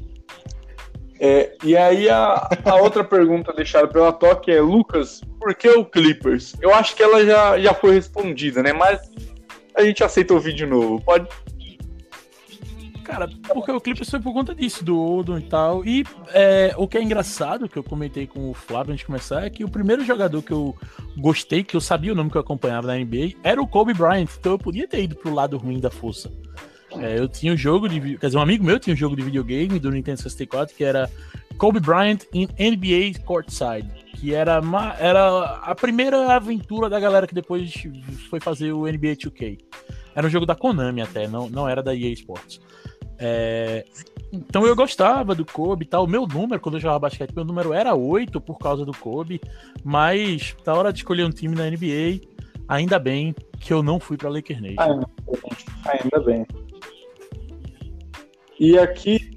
E aí a outra pergunta deixada pela Toque é: Lucas, por que o Clippers? Eu acho que ela já foi respondida, né? Mas a gente aceita ouvir de novo, pode? Cara, porque o Clippers foi por conta disso, do Odom e tal. E o que é engraçado, que eu comentei com o Flávio antes de começar, é que o primeiro jogador que eu gostei, que eu sabia o nome que eu acompanhava na NBA, era o Kobe Bryant. Então eu podia ter ido pro lado ruim da força. Eu tinha um jogo um amigo meu tinha um jogo de videogame do Nintendo 64 que era Kobe Bryant in NBA Courtside, que era a primeira aventura da galera que depois foi fazer o NBA 2K. Era um jogo da Konami até, não era da EA Sports. Então eu gostava do Kobe e tal. Meu número, quando eu jogava basquete, meu número era 8 por causa do Kobe. Mas na hora de escolher um time na NBA, ainda bem que eu não fui pra Lakers Nation. Ainda bem. E aqui...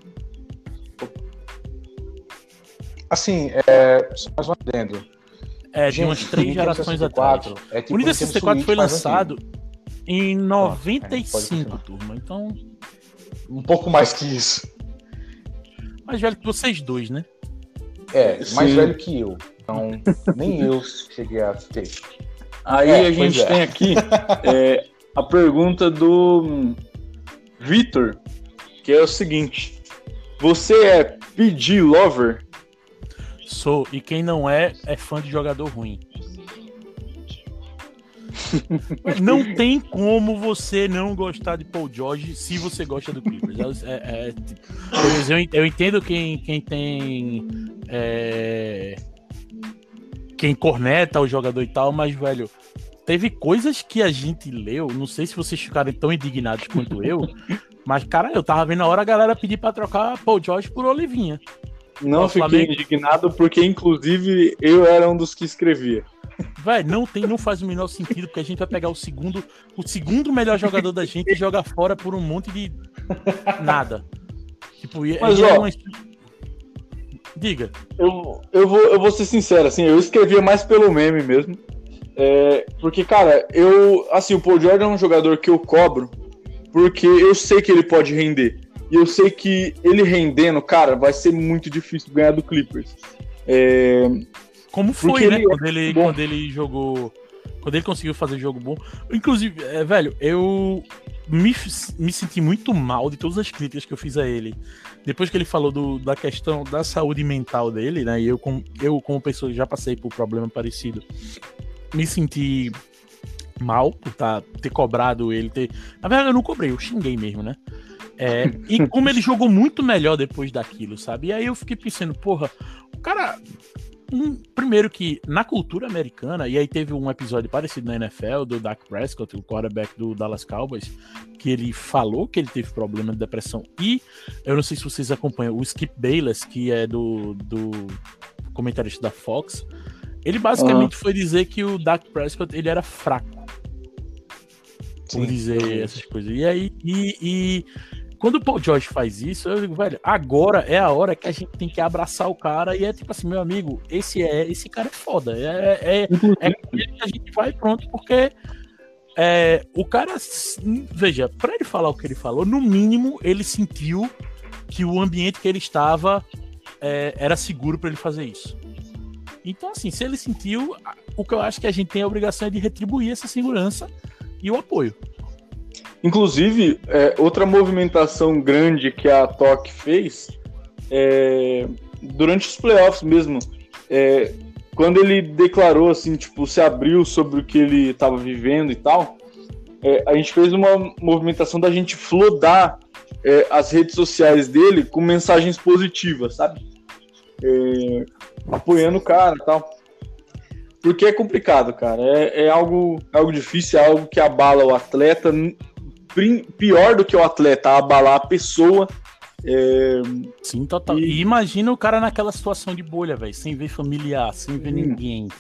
Assim, só mais um adendo. De umas 3 gerações atrás. O Nintendo 64 foi lançado em 95, turma. Então... Um pouco mais que isso. Mais velho que vocês dois, né? Mais velho que eu. Então, nem eu cheguei a ter. Aí a gente tem aqui a pergunta do Vitor, que é o seguinte: você é PG Lover? Sou, e quem não é fã de jogador ruim. Não tem como você não gostar de Paul George se você gosta do Clippers. Eu entendo quem tem... quem corneta o jogador e tal, mas, velho, teve coisas que a gente leu, não sei se vocês ficaram tão indignados quanto eu, mas, cara, eu tava vendo a hora a galera pedir pra trocar Paul George por Olivinha. Não fiquei indignado porque, inclusive, eu era um dos que escrevia. Velho, não faz o menor sentido, porque a gente vai pegar o segundo melhor jogador da gente e jogar fora por um monte de nada. Tipo, mas, ó, diga. Eu vou ser sincero, assim, eu escrevia mais pelo meme mesmo. Porque, cara, o Paul George é um jogador que eu cobro porque eu sei que ele pode render. E eu sei que ele rendendo, cara, vai ser muito difícil ganhar do Clippers. Como foi, né? Quando ele jogou. Quando ele conseguiu fazer jogo bom. Inclusive, velho, eu me senti muito mal de todas as críticas que eu fiz a ele. Depois que ele falou da questão da saúde mental dele, né? E eu como pessoa, já passei por um problema parecido. Me senti mal por ter cobrado ele. Na verdade, eu não cobrei, eu xinguei mesmo, né? E como ele jogou muito melhor depois daquilo, sabe? E aí eu fiquei pensando, porra, o cara... primeiro que na cultura americana, e aí teve um episódio parecido na NFL do Dak Prescott, o quarterback do Dallas Cowboys, que ele falou que ele teve problema de depressão. E eu não sei se vocês acompanham o Skip Bayless, que é do comentarista da Fox. Ele basicamente foi dizer que o Dak Prescott ele era fraco, por dizer essas coisas. E aí quando o Paul George faz isso, eu digo, velho, agora é a hora que a gente tem que abraçar o cara e é tipo assim, meu amigo, esse cara é foda. É com ele que a gente vai pronto, porque o cara, veja, pra ele falar o que ele falou, no mínimo ele sentiu que o ambiente que ele estava era seguro pra ele fazer isso. Então, assim, se ele sentiu, o que eu acho que a gente tem a obrigação é de retribuir essa segurança e o apoio. Inclusive, outra movimentação grande que a TOC fez durante os playoffs mesmo, quando ele declarou, assim, tipo, se abriu sobre o que ele estava vivendo e tal, a gente fez uma movimentação da gente flodar as redes sociais dele com mensagens positivas, sabe? Apoiando o cara e tal. Porque é complicado, cara. É algo difícil, é algo que abala o atleta. Pior do que o atleta, abalar a pessoa. Sim, total. E imagina o cara naquela situação de bolha, velho, sem ver familiar, sem ver ninguém.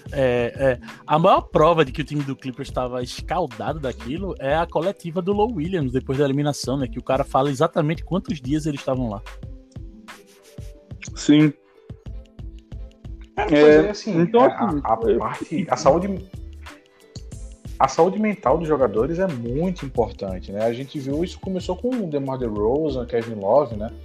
A maior prova de que o time do Clippers estava escaldado daquilo é a coletiva do Lou Williams depois da eliminação, né? Que o cara fala exatamente quantos dias eles estavam lá. Sim. Assim, então, a saúde mental dos jogadores é muito importante, né? A gente viu isso, começou com o DeMar DeRozan, Kevin Love, né?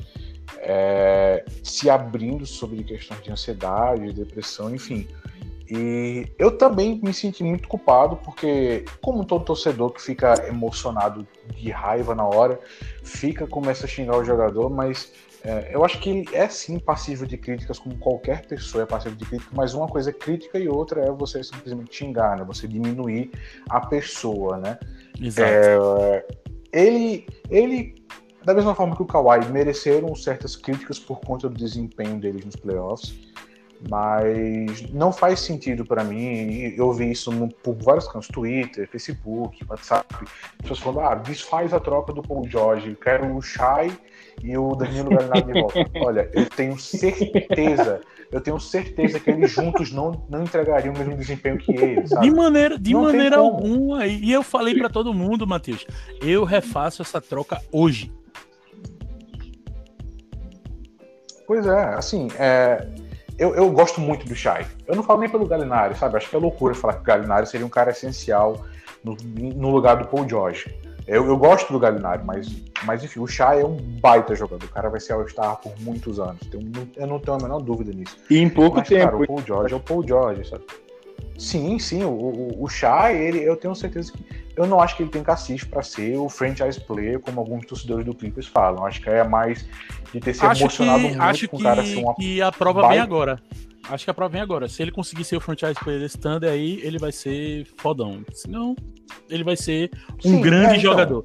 Se abrindo sobre questões de ansiedade, depressão, enfim. E eu também me senti muito culpado, porque como todo torcedor que fica emocionado de raiva na hora, começa a xingar o jogador, mas eu acho que ele é sim passível de críticas, como qualquer pessoa é passível de crítica, mas uma coisa é crítica e outra é você simplesmente xingar, né? Você diminuir a pessoa, né? Exato. Ele, da mesma forma que o Kawhi, mereceram certas críticas por conta do desempenho deles nos playoffs, mas não faz sentido para mim. Eu vi isso por vários cantos, Twitter, Facebook, WhatsApp, pessoas falando, desfaz a troca do Paul George, quero o Shai e o Danilo Gallinari de volta. Olha, eu tenho certeza que eles juntos não entregariam o mesmo desempenho que ele, sabe? De maneira alguma. E eu falei para todo mundo, Matheus, eu refaço essa troca hoje. Pois é, assim, eu gosto muito do Shai. Eu não falo nem pelo Gallinari, sabe? Acho que é loucura falar que o Gallinari seria um cara essencial no lugar do Paul George. Eu gosto do Gallinari, mas enfim, o Shai é um baita jogador. O cara vai ser All-Star por muitos anos. Eu não tenho a menor dúvida nisso. E em pouco tempo. Cara, o Paul George é o Paul George, sabe? Sim. O Shai, eu tenho certeza que... Eu não acho que ele tem cacife para ser o franchise player, como alguns torcedores do Clippers falam. Acho que é mais de ter se emocionado muito com o cara ser uma... E a prova vem agora. Acho que a prova vem agora. Se ele conseguir ser o franchise player desse Thunder, aí ele vai ser fodão. Senão, ele vai ser um grande jogador.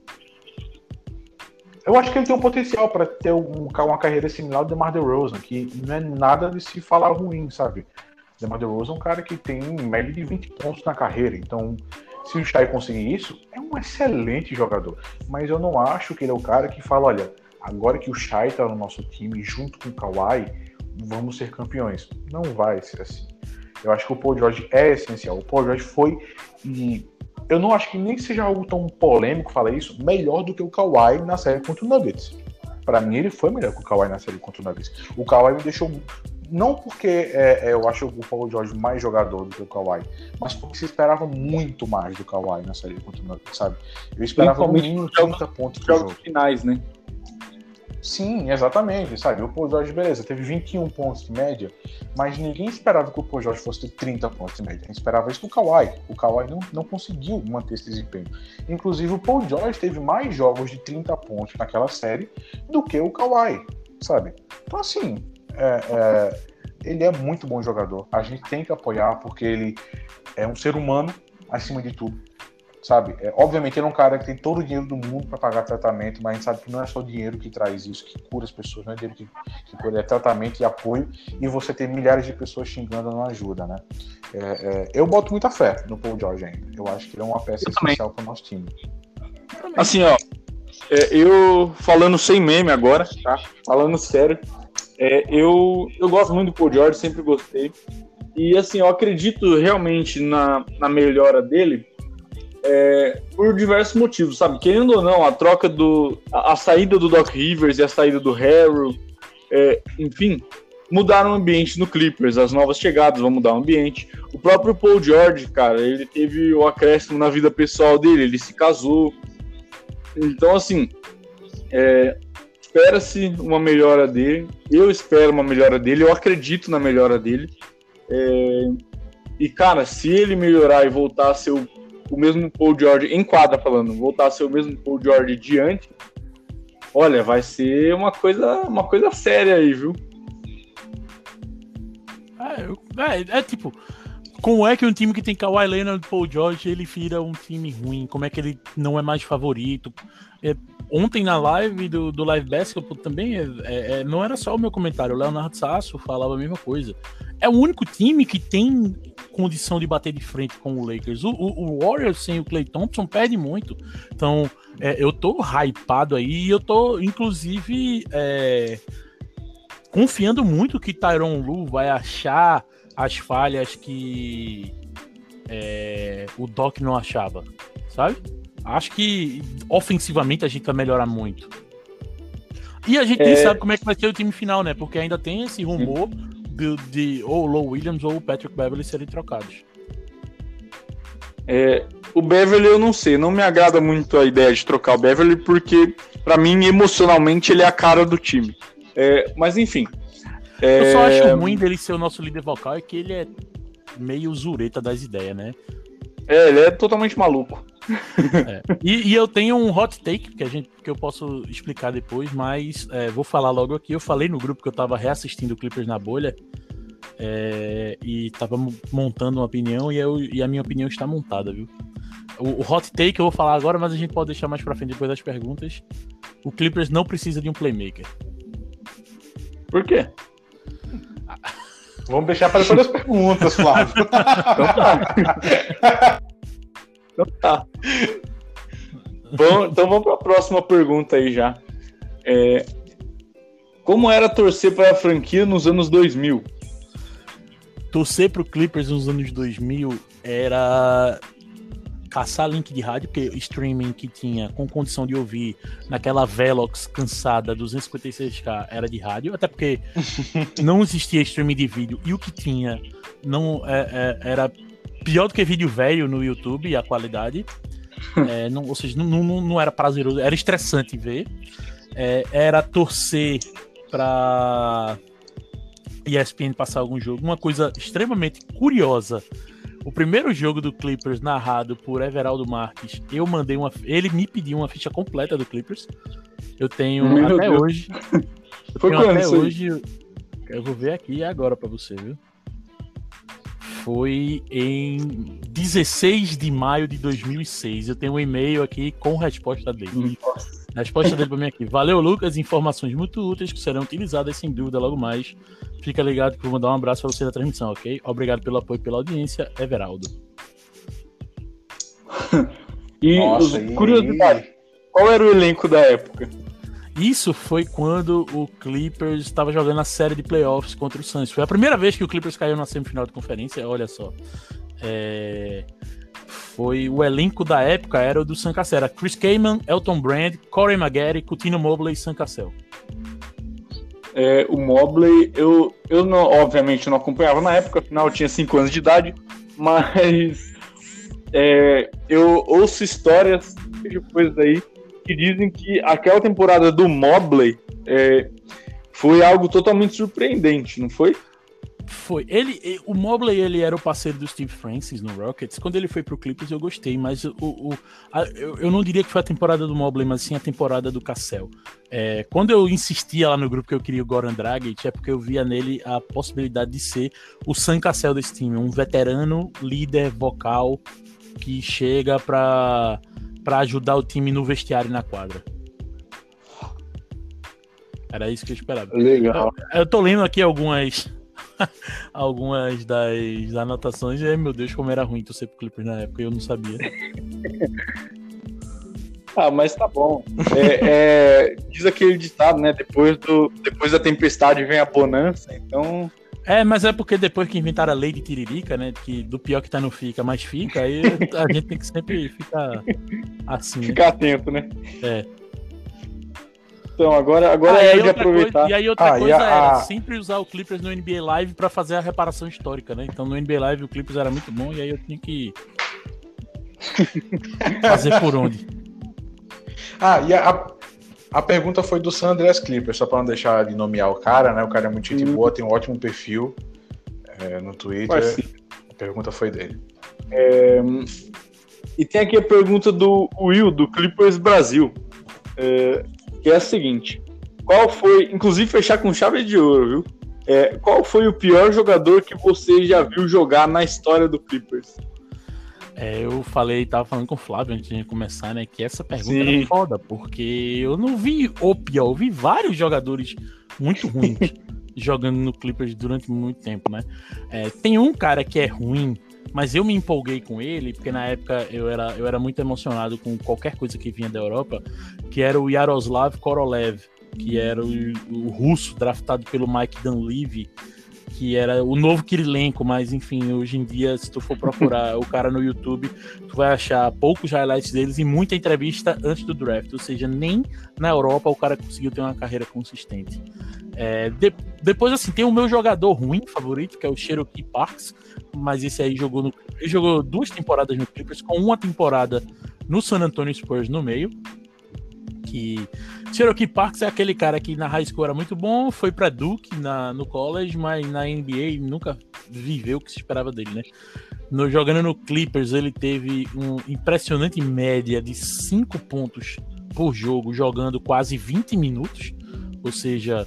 Eu acho que ele tem um potencial para ter uma carreira similar ao DeMar DeRozan, que não é nada de se falar ruim, sabe? DeMar DeRozan é um cara que tem média de 20 pontos na carreira, então se o Shai conseguir isso, é um excelente jogador. Mas eu não acho que ele é o cara que fala, olha, agora que o Shai tá no nosso time junto com o Kawhi, vamos ser campeões. Não vai ser assim. Eu acho que o Paul George é essencial. O Paul George foi, e eu não acho que nem seja algo tão polêmico falar isso, melhor do que o Kawhi na série contra o Nuggets. Pra mim, ele foi melhor que o Kawhi na série contra o Nuggets. O Kawhi me deixou... Não porque eu acho o Paul George mais jogador do que o Kawhi, mas porque se esperava muito mais do Kawhi na série contra o Nuggets, sabe? Eu esperava no mínimo 30 pontos por jogo. Finais, né? Sim, exatamente, sabe? O Paul George, beleza, teve 21 pontos de média, mas ninguém esperava que o Paul George fosse ter 30 pontos de média. A gente esperava isso do Kawhi. O Kawhi não conseguiu manter esse desempenho. Inclusive, o Paul George teve mais jogos de 30 pontos naquela série do que o Kawhi, sabe? Então, assim, ele é muito bom jogador. A gente tem que apoiar porque ele é um ser humano acima de tudo. Sabe? Obviamente ele é um cara que tem todo o dinheiro do mundo para pagar tratamento, mas a gente sabe que não é só dinheiro que traz isso, que cura as pessoas, não é dinheiro que cura, é tratamento e apoio, e você ter milhares de pessoas xingando não ajuda, né? Eu boto muita fé no Paul George ainda. Eu acho que ele é uma peça essencial para o nosso time. Assim, ó, eu falando sem meme agora, tá? Falando sério, eu gosto muito do Paul George, sempre gostei. E assim, eu acredito realmente na melhora dele, por diversos motivos, sabe? Querendo ou não, a troca a saída do Doc Rivers e a saída do Harrell, enfim, mudaram o ambiente no Clippers. As novas chegadas vão mudar o ambiente. O próprio Paul George, cara, ele teve o acréscimo na vida pessoal dele, ele se casou. Então, assim, espera-se uma melhora dele. Eu espero uma melhora dele, eu acredito na melhora dele. E, cara, se ele melhorar e voltar a ser o mesmo Paul George em quadra, voltar a ser o mesmo Paul George diante, olha, vai ser uma coisa séria aí, viu? Tipo, como é que um time que tem Kawhi Leonard e Paul George, ele vira um time ruim? Como é que ele não é mais favorito? Ontem na live do Live Basketball também, não era só o meu comentário, o Leonardo Sasso falava a mesma coisa. É o único time que tem condição de bater de frente com o Lakers. O Warriors sem o Klay Thompson perde muito. Então, eu tô hypado aí e eu tô, inclusive, confiando muito que Tyronn Lue vai achar as falhas que o Doc não achava, sabe? Acho que ofensivamente a gente vai melhorar muito. E a gente nem sabe como é que vai ser o time final, né? Porque ainda tem esse rumor de ou o Lou Williams ou o Patrick Beverley serem trocados. O Beverley eu não sei, não me agrada muito a ideia de trocar o Beverley, porque pra mim emocionalmente ele é a cara do time. Mas enfim. Eu só acho ruim dele ser o nosso líder vocal, é que ele é meio zureta das ideias, né? Ele é totalmente maluco. E eu tenho um hot take que eu posso explicar depois, mas vou falar logo aqui. Eu falei no grupo que eu tava reassistindo o Clippers na bolha e tava montando uma opinião e a minha opinião está montada, viu? O hot take eu vou falar agora, mas a gente pode deixar mais pra frente depois das perguntas. O Clippers não precisa de um playmaker. Por quê? Vamos deixar para depois das perguntas, Flávio. Então tá. Bom, então vamos para a próxima pergunta aí já. Como era torcer para a franquia nos anos 2000? Torcer para o Clippers nos anos 2000 era caçar link de rádio, porque streaming que tinha com condição de ouvir naquela Velox cansada 256K era de rádio, até porque não existia streaming de vídeo, e o que tinha não era pior do que vídeo velho no YouTube, a qualidade, ou seja, não era prazeroso, era estressante ver. Era torcer pra ESPN passar algum jogo. Uma coisa extremamente curiosa: o primeiro jogo do Clippers narrado por Everaldo Marques, ele me pediu uma ficha completa do Clippers. Eu tenho até hoje. Foi quando até hoje. Eu vou ver aqui agora pra você, viu? Foi em 16 de maio de 2006. Eu tenho um e-mail aqui com resposta dele. A resposta dele pra mim aqui. Valeu, Lucas. Informações muito úteis que serão utilizadas sem dúvida logo mais. Fica ligado que vou mandar um abraço pra você da transmissão, ok? Obrigado pelo apoio e pela audiência, Everaldo. E curiosidade, qual era o elenco da época? Isso foi quando o Clippers estava jogando a série de playoffs contra o Suns. Foi a primeira vez que o Clippers caiu na semifinal de conferência, olha só. Foi o elenco da época, era o do Sam Cassell. Era Chris Kaman, Elton Brand, Corey Maggette, Coutinho Mobley e Sam Cassell. O Mobley, eu não, obviamente não acompanhava na época, afinal eu tinha 5 anos de idade, mas eu ouço histórias, vejo coisas aí, que dizem que aquela temporada do Mobley foi algo totalmente surpreendente, não foi? Foi. O Mobley, ele era o parceiro do Steve Francis no Rockets. Quando ele foi pro Clippers, eu gostei, mas eu não diria que foi a temporada do Mobley, mas sim a temporada do Cassell. Quando eu insistia lá no grupo que eu queria o Goran Dragic, é porque eu via nele a possibilidade de ser o Sam Cassell desse time, um veterano, líder, vocal, que chega pra ajudar o time no vestiário e na quadra. Era isso que eu esperava. Legal. Eu tô lendo aqui algumas das anotações e, meu Deus, como era ruim torcer pro Clippers na época, eu não sabia. Mas tá bom. Diz aquele ditado, né? Depois da tempestade vem a bonança, então... Mas é porque depois que inventaram a lei de Tiririca, né? Que do pior que tá não fica, mas fica, aí a gente tem que sempre ficar assim. Ficar atento, né? Então, agora é hora de aproveitar. E aí outra coisa era sempre usar o Clippers no NBA Live pra fazer a reparação histórica, né? Então no NBA Live o Clippers era muito bom e aí eu tinha que fazer por onde. E a pergunta foi do San Andreas Clippers, só pra não deixar de nomear o cara, né? O cara é muito gente boa, tem um ótimo perfil no Twitter. A pergunta foi dele. E tem aqui a pergunta do Will, do Clippers Brasil. Que é a seguinte: qual foi, inclusive fechar com chave de ouro, viu? Qual foi o pior jogador que você já viu jogar na história do Clippers? Tava falando com o Flávio antes de começar, né? Que essa pergunta era foda, porque eu não vi o pior, eu vi vários jogadores muito ruins jogando no Clippers durante muito tempo, né? Tem um cara que é ruim, mas eu me empolguei com ele, porque na época eu era muito emocionado com qualquer coisa que vinha da Europa, que era o Yaroslav Korolev, que era o russo draftado pelo Mike Dunleavy, que era o novo Kirilenko, mas enfim, hoje em dia, se tu for procurar o cara no YouTube, tu vai achar poucos highlights deles e muita entrevista antes do draft, ou seja, nem na Europa o cara conseguiu ter uma carreira consistente. Depois, assim, tem o meu jogador ruim favorito, que é o Cherokee Parks, mas esse aí ele jogou 2 temporadas no Clippers, com uma temporada no San Antonio Spurs no meio. Que Cherokee Parks é aquele cara que na high school era muito bom, foi pra Duke no college, mas na NBA nunca viveu o que se esperava dele, né? Jogando no Clippers, ele teve uma impressionante média de 5 pontos por jogo, jogando quase 20 minutos, ou seja...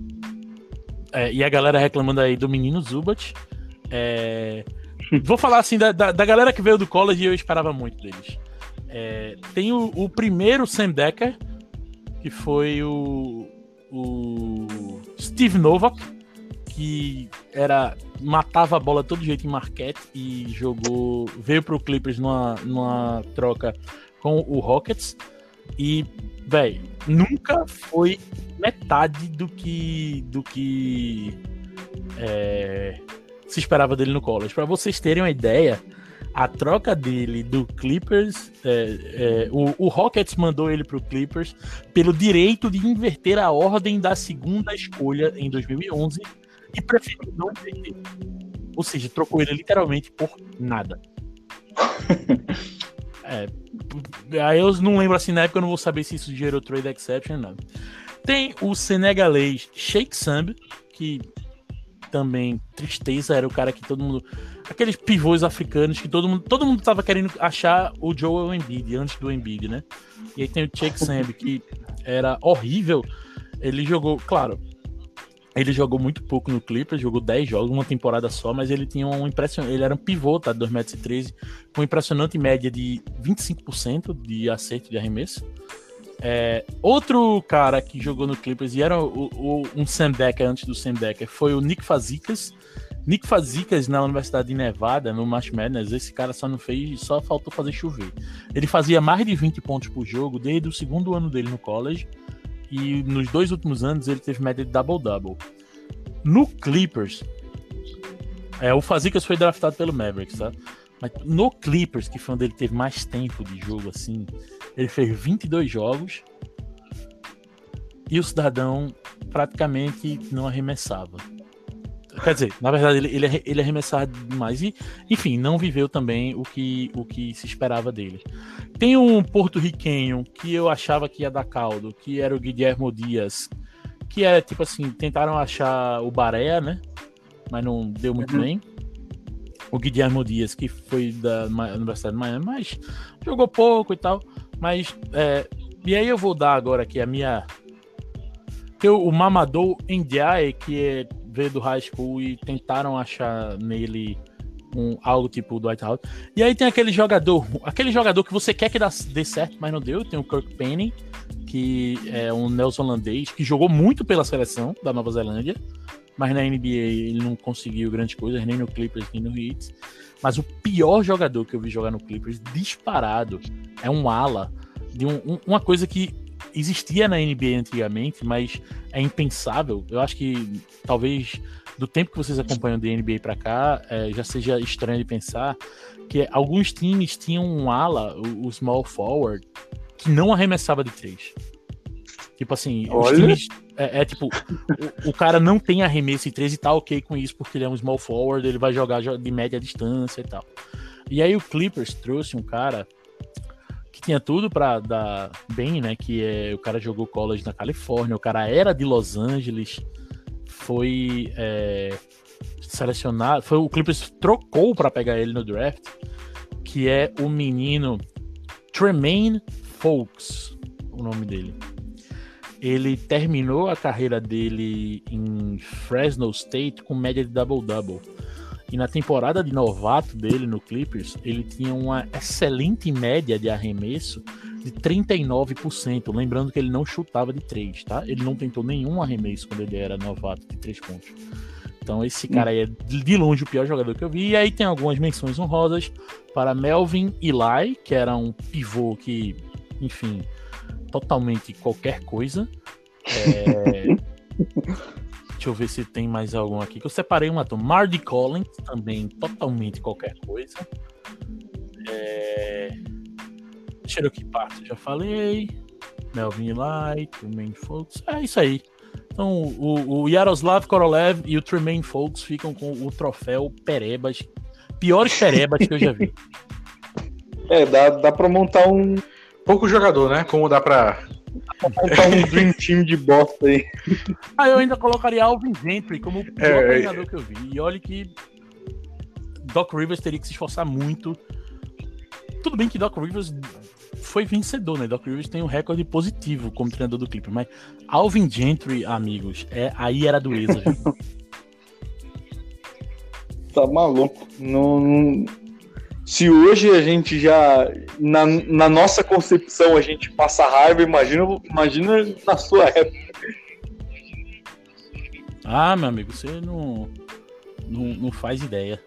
e a galera reclamando aí do menino Zubat. Vou falar assim da galera que veio do college e eu esperava muito deles. Tem o primeiro Sam Decker, que foi o Steve Novak, que matava a bola todo jeito em Marquette e veio pro Clippers numa troca com o Rockets e, velho, nunca foi metade do que se esperava dele no college. Para vocês terem uma ideia, a troca dele do Clippers, o Rockets mandou ele pro Clippers pelo direito de inverter a ordem da segunda escolha em 2011 e preferiu não inverter. Ou seja, trocou ele literalmente por nada. Aí eu não lembro assim, na época eu não vou saber se isso gerou trade exception ou não. Tem o senegalês Sheikh Samb, que também, tristeza, era o cara que todo mundo... Aqueles pivôs africanos que todo mundo tava querendo achar o Joel Embiid, antes do Embiid, né? E aí tem o Sheikh Samb, que era horrível. Ele jogou, claro, Ele jogou muito pouco no Clippers, jogou 10 jogos, uma temporada só, mas ele tinha ele era um pivô, tá, de 2,13 m, com impressionante média de 25% de acerto de arremesso. Outro cara que jogou no Clippers e era um Sam Dekker antes do Sam Dekker foi o Nick Fazekas. Nick Fazekas na Universidade de Nevada, no March Madness, esse cara só faltou fazer chover. Ele fazia mais de 20 pontos por jogo desde o segundo ano dele no college, e nos 2 últimos anos ele teve média de double-double. No Clippers, o Fazekas foi draftado pelo Mavericks, tá? Mas no Clippers, que foi onde ele teve mais tempo de jogo, assim, ele fez 22 jogos e o cidadão praticamente não arremessava. Quer dizer, na verdade, ele arremessava demais e, enfim, não viveu também o que se esperava dele. Tem um porto-riquenho que eu achava que ia dar caldo, que era o Guilherme Dias, que é tipo assim, tentaram achar o Barea, né? Mas não deu muito bem. O Guilherme Dias, que foi da Universidade de Miami, mas jogou pouco e tal. Mas, e aí eu vou dar agora aqui a minha... O Mamadou Ndiaye, que veio do high school e tentaram achar nele algo tipo do Dwight Howard. E aí tem aquele jogador que você quer que dê certo, mas não deu. Tem o Kirk Penny, que é um neozelandês, que jogou muito pela seleção da Nova Zelândia, mas na NBA ele não conseguiu grandes coisas, nem no Clippers, nem no Heat. Mas o pior jogador que eu vi jogar no Clippers, disparado, é um ala de uma coisa que existia na NBA antigamente, mas é impensável. Eu acho que talvez do tempo que vocês acompanham da NBA pra cá, já seja estranho de pensar que alguns times tinham um ala, o small forward, que não arremessava de 3. Tipo assim, os times, tipo, o cara não tem arremesso de 3 e tá ok com isso, porque ele é um small forward, ele vai jogar de média distância e tal. E aí o Clippers trouxe um cara que tinha tudo pra dar bem, né? Que o cara jogou college na Califórnia, o cara era de Los Angeles, foi selecionado, o Clippers trocou pra pegar ele no draft, que é o menino Tremaine Fowlkes, o nome dele. Ele terminou a carreira dele em Fresno State com média de double-double. E na temporada de novato dele no Clippers, ele tinha uma excelente média de arremesso de 39%. Lembrando que ele não chutava de 3, tá? Ele não tentou nenhum arremesso quando ele era novato de 3 pontos. Então esse cara aí é de longe o pior jogador que eu vi. E aí tem algumas menções honrosas para Melvin Ely, que era um pivô que, enfim, totalmente qualquer coisa. Deixa eu ver se tem mais algum aqui, que eu separei uma turma. Mardy Collins, também totalmente qualquer coisa. Cherokee Parker, já falei. Melvin Ely, Tremaine Fowlkes. É isso aí. Então o Yaroslav Korolev e o Tremaine Fowlkes ficam com o troféu Perebas. Piores Perebas que eu já vi. Dá pra montar um... Pouco jogador, né? Como dá pra... montar um Dream Team de bosta aí. Eu ainda colocaria Alvin Gentry como o pior treinador que eu vi. E olha que Doc Rivers teria que se esforçar muito. Tudo bem que Doc Rivers foi vencedor, né? Doc Rivers tem um recorde positivo como treinador do Clippers, mas Alvin Gentry, amigos, aí era dureza. Tá maluco. Não... Se hoje a gente já, na nossa concepção, a gente passa raiva, imagina na sua época. Meu amigo, você não faz ideia.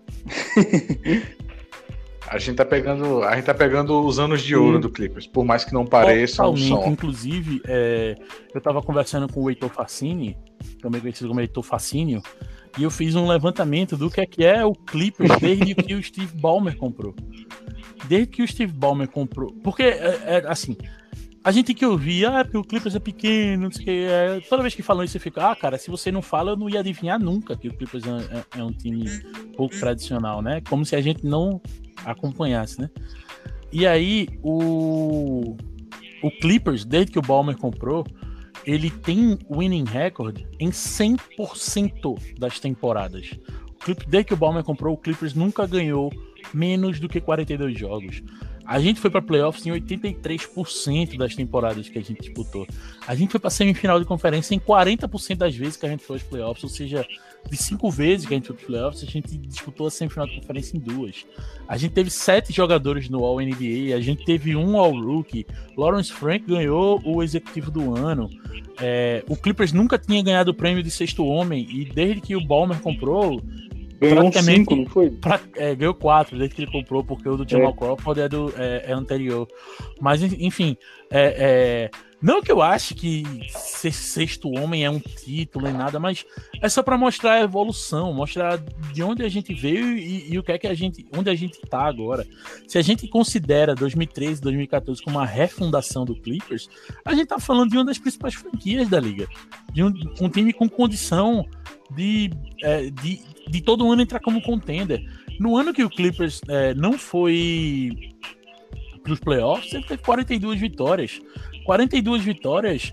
A gente tá pegando os anos de ouro do Clippers, por mais que não pareça um som. Inclusive, eu tava conversando com o Heitor Facini, também conhecido como Heitor Facínio, e eu fiz um levantamento do que é o Clippers desde que o Steve Ballmer comprou. Desde que o Steve Ballmer comprou. Porque, assim, a gente tem que ouvir, porque o Clippers é pequeno, não sei o que. Toda vez que falam isso, você fica, cara, se você não fala, eu não ia adivinhar nunca que o Clippers é um time pouco tradicional, né? Como se a gente não acompanhasse, né? E aí, o Clippers, desde que o Ballmer comprou, ele tem winning record em 100% das temporadas. Desde que o Ballmer comprou, o Clippers nunca ganhou menos do que 42 jogos. A gente foi para playoffs em 83% das temporadas que a gente disputou. A gente foi para semifinal de conferência em 40% das vezes que a gente foi aos playoffs, ou seja, de 5 vezes que a gente foi para os playoffs, a gente disputou a semifinal de conferência em 2. A gente teve 7 jogadores no All-NBA, a gente teve um All-Rookie. Lawrence Frank ganhou o executivo do ano. O Clippers nunca tinha ganhado o prêmio de sexto homem, e desde que o Ballmer comprou, Ganhou 5, não foi? Ganhou 4 desde que ele comprou, porque o do Jamal Crawford é anterior. Mas, enfim, não que eu ache que ser sexto homem é um título nem nada, mas é só para mostrar a evolução, mostrar de onde a gente veio e o que é que onde a gente tá agora. Se a gente considera 2013, 2014 como uma refundação do Clippers, a gente tá falando de uma das principais franquias da liga, de um time com condição de todo ano entrar como contender. No ano que o Clippers não foi para os playoffs, ele teve 42 vitórias. 42 vitórias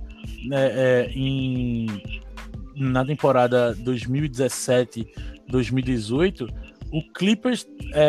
na temporada 2017-2018. O Clippers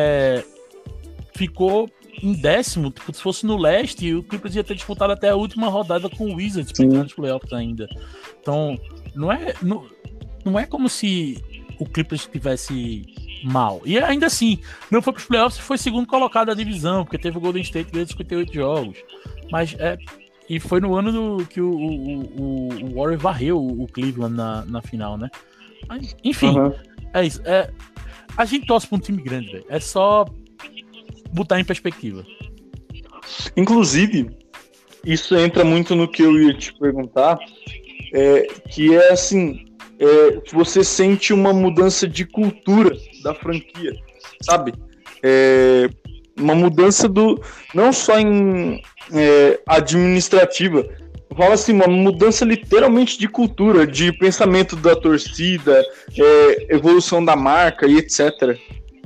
ficou em 10º. Se fosse no leste, o Clippers ia ter disputado até a última rodada com o Wizards para entrar nos playoffs ainda. Então, não é como se o Clippers estivesse mal. E ainda assim, não foi para os playoffs, foi segundo colocado da divisão, porque teve o Golden State ganhando 58 jogos. Mas e foi no ano que o Warriors varreu o Cleveland na final, né? Mas, enfim, é isso. A gente torce para um time grande, velho. É só botar em perspectiva. Inclusive, isso entra muito no que eu ia te perguntar, que é assim, você sente uma mudança de cultura da franquia, sabe? Uma mudança não só em administrativa, fala assim, uma mudança literalmente de cultura, de pensamento da torcida, evolução da marca e etc.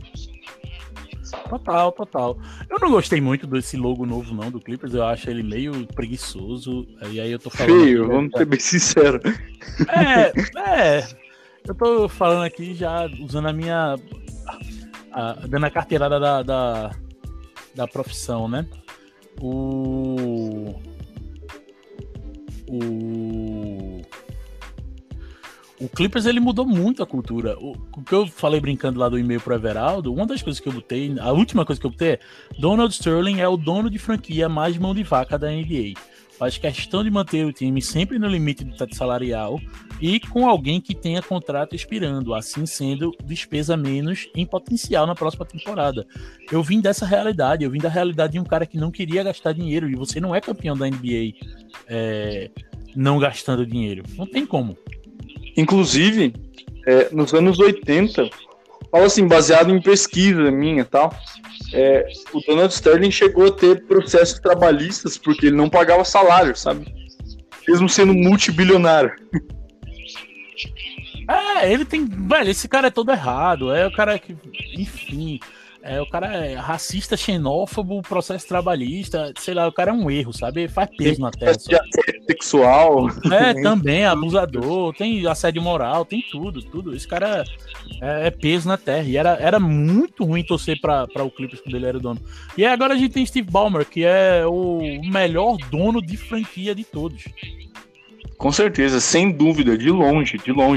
Total. Eu não gostei muito desse logo novo não do Clippers, eu acho ele meio preguiçoso, e aí eu tô falando... Feio, vamos ser bem sinceros. Eu tô falando aqui já usando a minha... dando a carteirada da profissão, né? O Clippers, ele mudou muito a cultura. O que eu falei brincando lá do e-mail pro Everaldo, uma das coisas que eu botei, a última coisa que eu botei Donald Sterling é o dono de franquia mais mão de vaca da NBA. Faz questão de manter o time sempre no limite do teto salarial e com alguém que tenha contrato expirando, assim sendo despesa menos em potencial na próxima temporada. Eu vim dessa realidade, eu vim da realidade de um cara que não queria gastar dinheiro, e você não é campeão da NBA não gastando dinheiro. Não tem como. Inclusive, nos anos 80, fala assim, baseado em pesquisa minha e tal, o Donald Sterling chegou a ter processos trabalhistas porque ele não pagava salário, sabe? Mesmo sendo multibilionário. Ele tem... Velho, esse cara é todo errado. O cara que... Enfim... o cara é racista, xenófobo, processo trabalhista, sei lá, o cara é um erro, sabe? Ele faz peso na terra. Tem assédio sexual. Também, abusador, tem assédio moral, tem tudo. Esse cara é peso na terra. E era muito ruim torcer para o Clippers quando ele era o dono. E agora a gente tem Steve Ballmer, que é o melhor dono de franquia de todos. Com certeza, sem dúvida, de longe.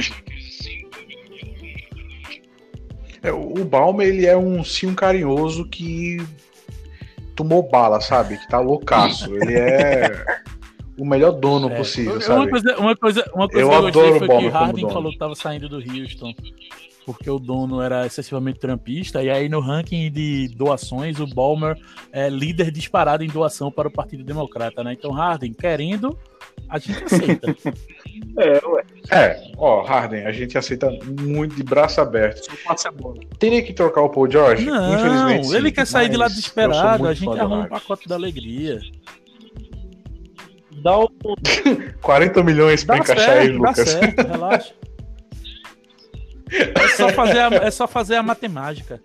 O Ballmer, ele é um sim carinhoso que tomou bala, sabe? Que tá loucaço. Ele é o melhor dono possível, sabe? Uma coisa que eu gostei foi que Harden falou que tava saindo do Houston porque o dono era excessivamente trumpista, e aí no ranking de doações o Ballmer é líder disparado em doação para o Partido Democrata, né? Então Harden, querendo, a gente aceita. Harden, a gente aceita muito de braço aberto. Teria que trocar o Paul George? Não, infelizmente sim, ele quer sair de lá desesperado, a gente arruma um pacote da alegria. Dá 40 milhões pra encaixar ele, Lucas. Dá certo, relaxa. É só fazer a matemática.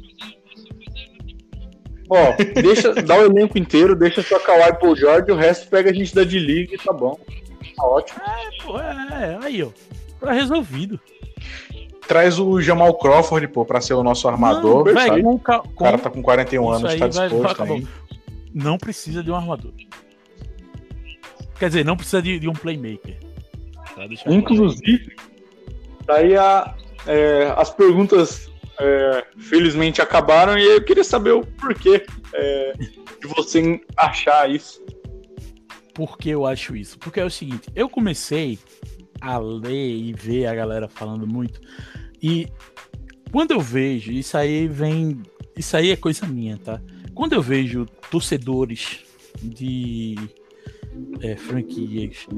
Dá o elenco inteiro, deixa só Kawhi e Paul George, o resto pega a gente da D-League e tá bom. Tá ótimo. Aí, ó. Tá resolvido. Traz o Jamal Crawford, pra ser o nosso armador. Não, o cara tá com 41 anos, tá disposto aí. não precisa de um armador. Quer dizer, não precisa de um playmaker. Tá? Inclusive, daí as perguntas felizmente acabaram, e eu queria saber o porquê de você achar isso. Por que eu acho isso? Porque é o seguinte, eu comecei a ler e ver a galera falando muito, e quando eu vejo, isso aí é coisa minha, tá? Quando eu vejo torcedores de franquias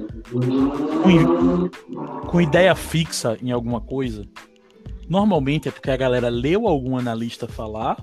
com ideia fixa em alguma coisa, normalmente é porque a galera leu algum analista falar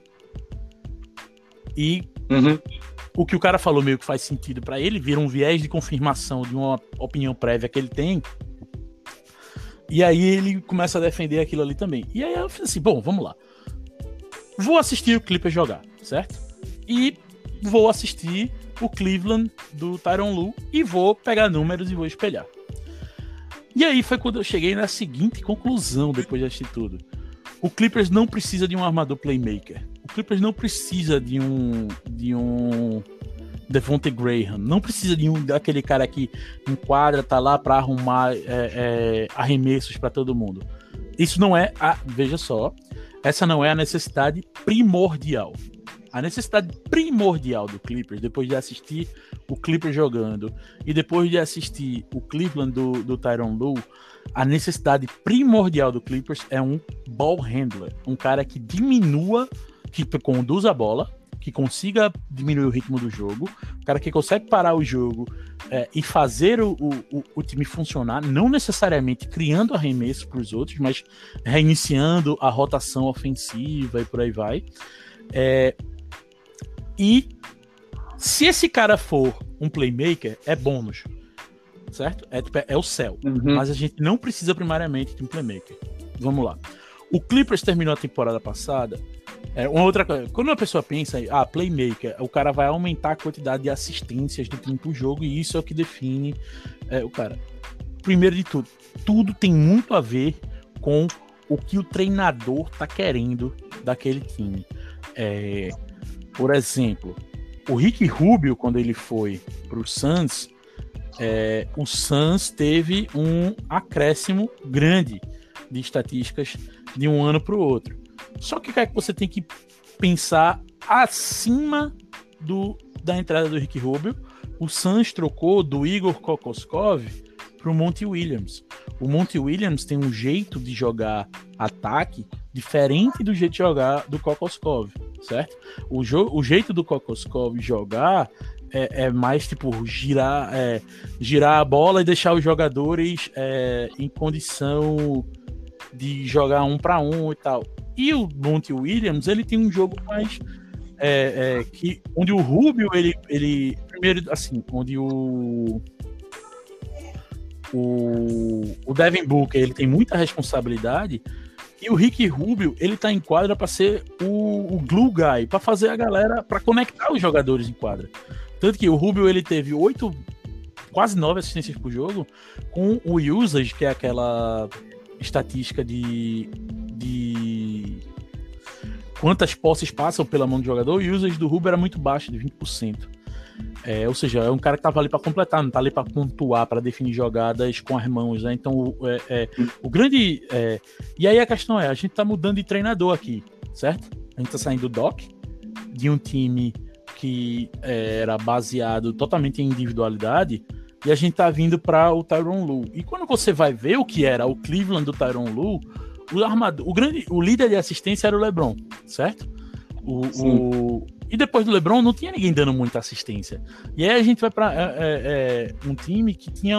e o que o cara falou meio que faz sentido pra ele, vira um viés de confirmação de uma opinião prévia que ele tem, e aí ele começa a defender aquilo ali também. E aí eu fiz assim, bom, vamos lá. Vou assistir o Clippers jogar, certo? E vou assistir o Cleveland do Tyronn Lue e vou pegar números e vou espelhar. E aí foi quando eu cheguei na seguinte conclusão depois de assistir tudo. O Clippers não precisa de um armador playmaker. O Clippers não precisa de um Devontae Graham. Não precisa daquele cara que enquadra, tá lá para arrumar arremessos para todo mundo. Isso não é veja só, essa não é a necessidade primordial. A necessidade primordial do Clippers, depois de assistir o Clippers jogando e depois de assistir o Cleveland do Tyronn Lue, a necessidade primordial do Clippers é um ball handler, um cara que diminua, que conduza a bola, que consiga diminuir o ritmo do jogo, um cara que consegue parar o jogo e fazer o time funcionar, não necessariamente criando arremesso para os outros, mas reiniciando a rotação ofensiva e por aí vai. E se esse cara for um playmaker, é bônus, certo? É o céu. Mas a gente não precisa primariamente de um playmaker. Vamos lá. O Clippers terminou a temporada passada. Uma outra coisa, quando uma pessoa pensa em playmaker, o cara vai aumentar a quantidade de assistências do time pro jogo, e isso é o que define o cara. Primeiro de tudo tem muito a ver com o que o treinador tá querendo daquele time. Por exemplo, o Ricky Rubio, quando ele foi pro Suns, o Suns teve um acréscimo grande de estatísticas de um ano para o outro. Só que o que é que você tem que pensar acima da entrada do Ricky Rubio? O Suns trocou do Igor Kokoskov para o Monty Williams. O Monty Williams tem um jeito de jogar ataque diferente do jeito de jogar do Kokoskov, certo? O jeito do Kokoskov jogar é mais tipo girar a bola e deixar os jogadores em condição de jogar 1 para 1 e tal. E o Monty Williams, ele tem um jogo mais onde o Rubio ele primeiro assim, onde o Devin Booker ele tem muita responsabilidade, e o Ricky Rubio ele tá em quadra para ser o glue guy, para fazer a galera, para conectar os jogadores em quadra. Tanto que o Rubio ele teve 8, quase 9 assistências por jogo, com o usage, que é aquela estatística de quantas posses passam pela mão do jogador. O usage do Rubio era muito baixo, de 20%. Ou seja, é um cara que tava ali para completar, não tá ali para pontuar, para definir jogadas com as mãos, né? Então, o grande... E aí a questão a gente tá mudando de treinador aqui, certo? A gente tá saindo do Doc, de um time que era baseado totalmente em individualidade, e a gente tá vindo para o Tyronn Lue. E quando você vai ver o que era o Cleveland do Tyronn Lue, o líder de assistência era o LeBron, certo? E depois do LeBron não tinha ninguém dando muita assistência. E aí a gente vai para um time que tinha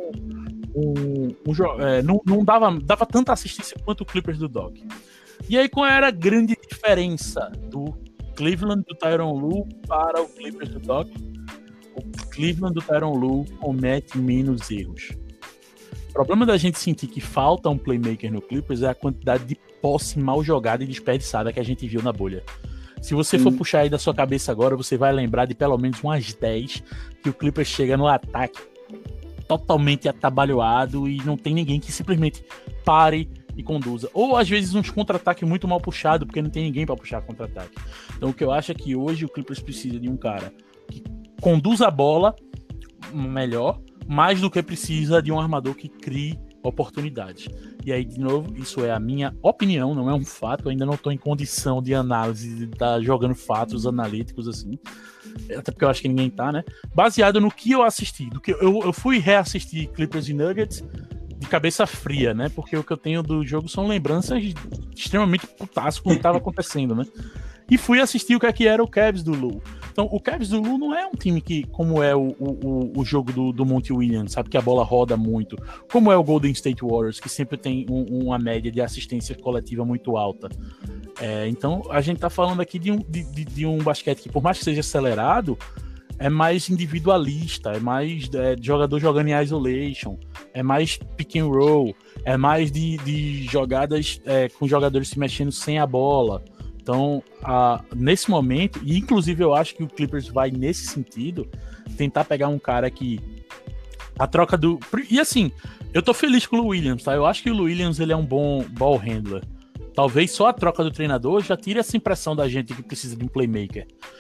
não dava tanta assistência quanto o Clippers do Doc. E aí qual era a grande diferença do Cleveland do Tyronn Lue para o Clippers do Doc? O Cleveland do Tyronn Lue comete menos erros. O problema da gente sentir que falta um playmaker no Clippers é a quantidade de posse mal jogada e desperdiçada que a gente viu na bolha. Se você for puxar aí da sua cabeça agora, você vai lembrar de pelo menos umas 10 que o Clippers chega no ataque totalmente atabalhoado e não tem ninguém que simplesmente pare e conduza. Ou às vezes uns contra-ataques muito mal puxados, porque não tem ninguém para puxar contra-ataque. Então o que eu acho é que hoje o Clippers precisa de um cara que conduza a bola melhor, mais do que precisa de um armador que crie oportunidades. E aí, de novo, isso é a minha opinião, não é um fato. Eu ainda não estou em condição de análise, de estar jogando fatos analíticos assim, até porque eu acho que ninguém tá, né? Baseado no que eu assisti, do que eu fui reassistir Clippers e Nuggets de cabeça fria, né? Porque o que eu tenho do jogo são lembranças extremamente putas com o que estava acontecendo, né? E fui assistir o que era o Cavs do Lue. Então, o Cavs do Lue não é um time que, como é o jogo do Monty Williams, sabe, que a bola roda muito, como é o Golden State Warriors, que sempre tem uma média de assistência coletiva muito alta. Então, a gente tá falando aqui de um basquete que, por mais que seja acelerado, é mais individualista, é mais jogador jogando em isolation, é mais pick and roll, é mais de jogadas com jogadores se mexendo sem a bola. Então, nesse momento, e inclusive eu acho que o Clippers vai nesse sentido, tentar pegar um cara que a troca do... E assim, eu tô feliz com o Lou Williams, tá? Eu acho que o Lou Williams ele é um bom ball handler. Talvez só a troca do treinador já tire essa impressão da gente que precisa de um playmaker.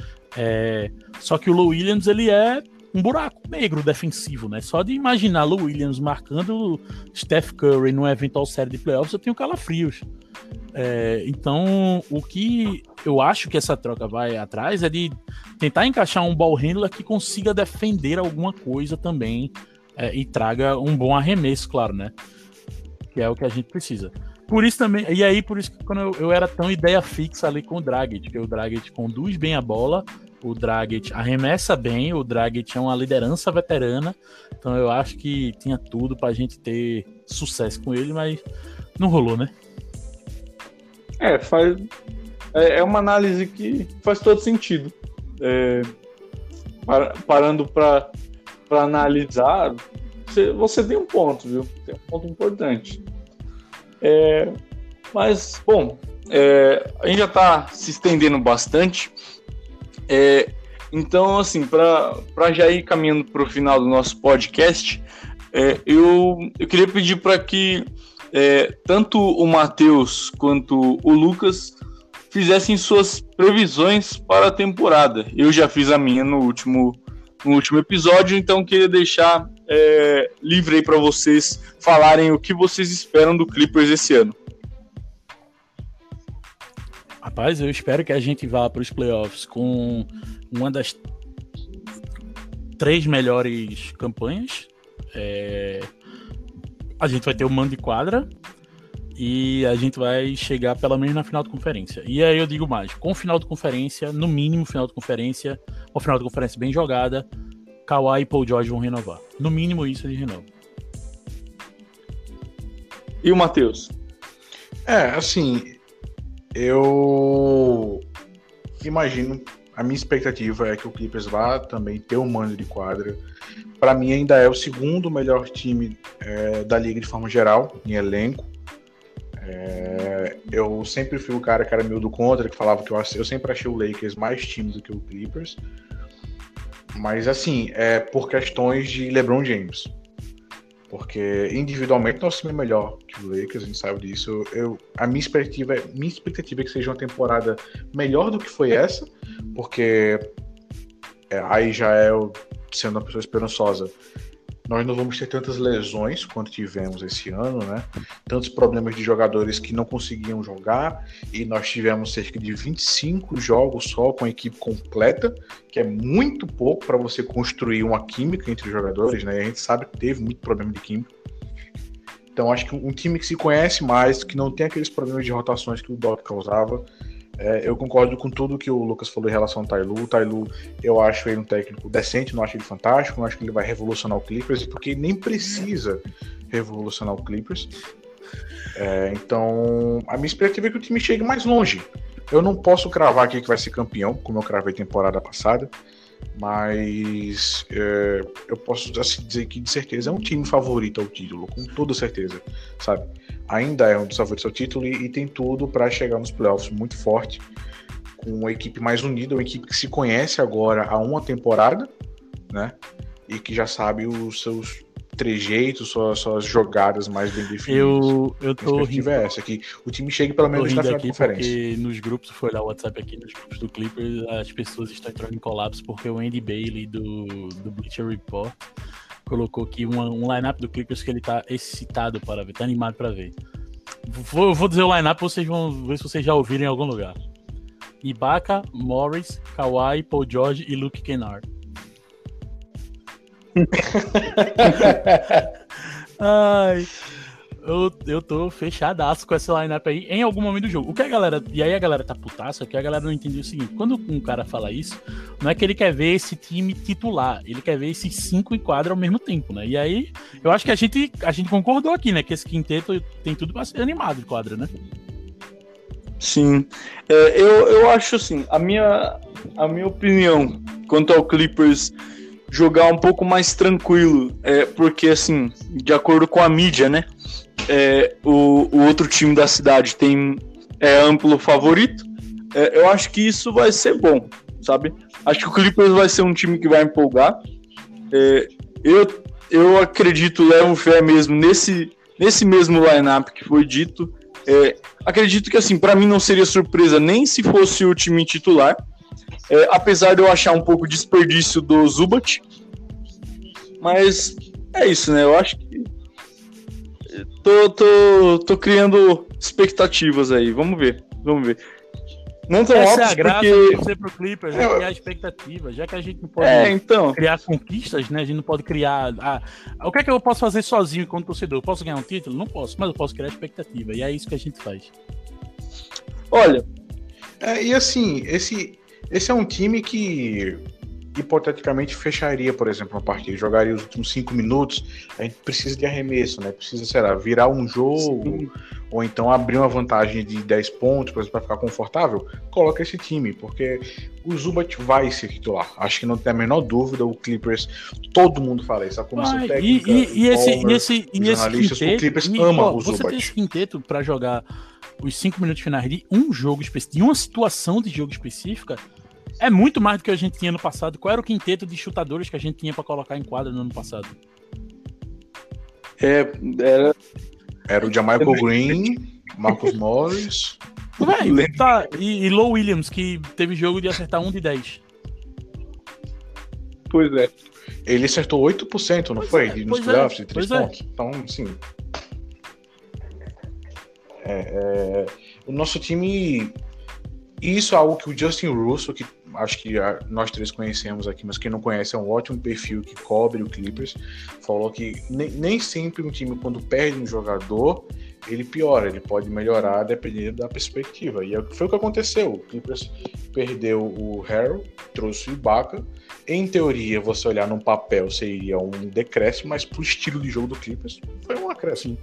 Só que o Lou Williams, ele é um buraco negro defensivo, né? Só de imaginar Lou Williams marcando Steph Curry numa eventual série de playoffs, eu tenho calafrios. Então, o que eu acho que essa troca vai atrás é de tentar encaixar um ball handler que consiga defender alguma coisa também e traga um bom arremesso, claro, né? Que é o que a gente precisa. Por isso também, e aí por isso que quando eu era tão ideia fixa ali com o Dragic, que o Dragic conduz bem a bola, o Dragic arremessa bem, o Dragic é uma liderança veterana, então eu acho que tinha tudo pra gente ter sucesso com ele, mas não rolou, né? É uma análise que faz todo sentido. Parando para analisar, você tem um ponto, viu? Tem um ponto importante. Mas, bom, a gente já está se estendendo bastante. Então, assim, para já ir caminhando para o final do nosso podcast, eu queria pedir para que tanto o Matheus quanto o Lucas fizessem suas previsões para a temporada. Eu já fiz a minha no último episódio, então queria deixar livre aí para vocês falarem o que vocês esperam do Clippers esse ano. Rapaz, eu espero que a gente vá para os playoffs com uma das 3 melhores campanhas. A gente vai ter o mando de quadra e a gente vai chegar pelo menos na final de conferência. E aí eu digo mais, com final de conferência, no mínimo final de conferência, ou final de conferência bem jogada, Kawhi e Paul George vão renovar. No mínimo isso eles renovam. E o Matheus? Assim, eu imagino, a minha expectativa é que o Clippers vá também ter um mando de quadra. Para mim ainda é o segundo melhor time da liga de forma geral, em elenco. Eu sempre fui o cara que era meio do contra, que falava que eu sempre achei o Lakers mais time do que o Clippers. Mas assim, por questões de LeBron James. Porque individualmente nosso time é melhor que o Lakers, a gente sabe disso. A minha expectativa é que seja uma temporada melhor do que foi essa, porque aí já sendo uma pessoa esperançosa, nós não vamos ter tantas lesões quanto tivemos esse ano, né? Tantos problemas de jogadores que não conseguiam jogar, e nós tivemos cerca de 25 jogos só com a equipe completa, que é muito pouco para você construir uma química entre os jogadores, né? E a gente sabe que teve muito problema de química. Então acho que um time que se conhece mais, que não tem aqueles problemas de rotações que o Doc causava. Eu concordo com tudo que o Lucas falou em relação ao Ty Lue. O Ty Lue, eu acho ele um técnico decente, não acho ele fantástico, não acho que ele vai revolucionar o Clippers, porque nem precisa revolucionar o Clippers. Então, a minha expectativa é que o time chegue mais longe. Eu não posso cravar aqui que vai ser campeão, como eu cravei temporada passada, mas eu posso assim, dizer que de certeza é um time favorito ao título, com toda certeza, sabe? Ainda é um dos favoritos ao título e tem tudo para chegar nos playoffs muito forte, com uma equipe mais unida, uma equipe que se conhece agora há uma temporada, né? E que já sabe os seus trejeitos, suas jogadas mais bem definidas. Eu tô rindo. É essa, que o time chegue pelo menos na final da conferência. Porque nos grupos, foi olhar o WhatsApp aqui, nos grupos do Clippers, as pessoas estão entrando em colapso porque o Andy Bailey do Bleacher Report colocou aqui um lineup do Clippers que ele tá excitado para ver, tá animado para ver. Eu vou dizer o lineup, vocês vão ver se vocês já ouviram em algum lugar. Ibaka, Morris, Kawhi, Paul George e Luke Kennard. Ai, eu tô fechadaço com essa lineup aí em algum momento do jogo. O que a galera. E aí a galera tá putaça, que a galera não entendeu o seguinte: quando um cara fala isso, não é que ele quer ver esse time titular, ele quer ver esses 5 em quadra ao mesmo tempo, né? E aí, eu acho que a gente concordou aqui, né? Que esse quinteto tem tudo pra ser animado de quadra, né? Sim. Eu acho assim, a minha opinião quanto ao Clippers jogar um pouco mais tranquilo, porque assim, de acordo com a mídia, né? O outro time da cidade é amplo favorito. Eu acho que isso vai ser bom, sabe? Acho que o Clippers vai ser um time que vai empolgar. Eu acredito, levo fé mesmo nesse mesmo lineup que foi dito. Acredito que assim, para mim não seria surpresa nem se fosse o time titular. Apesar de eu achar um pouco desperdício do Zubac. Mas é isso, né? Eu acho que tô criando expectativas aí. Vamos ver. Não tão essa óbvio é a graça porque... de você pro Clippers, é criar expectativa. Já que a gente não pode criar conquistas, né? A gente não pode criar... o que é que eu posso fazer sozinho enquanto torcedor? Eu posso ganhar um título? Não posso, mas eu posso criar expectativa. E é isso que a gente faz. Olha... e assim, esse é um time que hipoteticamente fecharia, por exemplo, uma partida, jogaria os últimos 5 minutos, a gente precisa de arremesso, né? Precisa, sei lá, virar um jogo, sim, ou então abrir uma vantagem de 10 pontos, por exemplo, para ficar confortável, coloca esse time, porque o Zubac vai ser titular. Acho que não tem a menor dúvida, o Clippers, todo mundo fala isso, a comissão técnica, esse analistas, quinteto, o Clippers ama o Zubac. Você tem esse quinteto para jogar os 5 minutos finais de um jogo específico, de uma situação de jogo específica, é muito mais do que a gente tinha no passado. Qual era o quinteto de chutadores que a gente tinha pra colocar em quadra no ano passado? Era o Jamichael Green, Marcus Morris. E Low Williams, que teve jogo de acertar 1 de 10. Pois é. Ele acertou 8%, não foi? Nos playoffs de 3 pontos. Então, assim... o nosso time... Isso é algo que o Justin Russo, que acho que nós 3 conhecemos aqui, mas quem não conhece é um ótimo perfil que cobre o Clippers, falou que nem sempre um time, quando perde um jogador, ele piora, ele pode melhorar dependendo da perspectiva. E foi o que aconteceu. O Clippers perdeu o Harrell, trouxe o Ibaka. Em teoria, você olhar num papel, seria um decréscimo, mas pro estilo de jogo do Clippers, foi um acréscimo.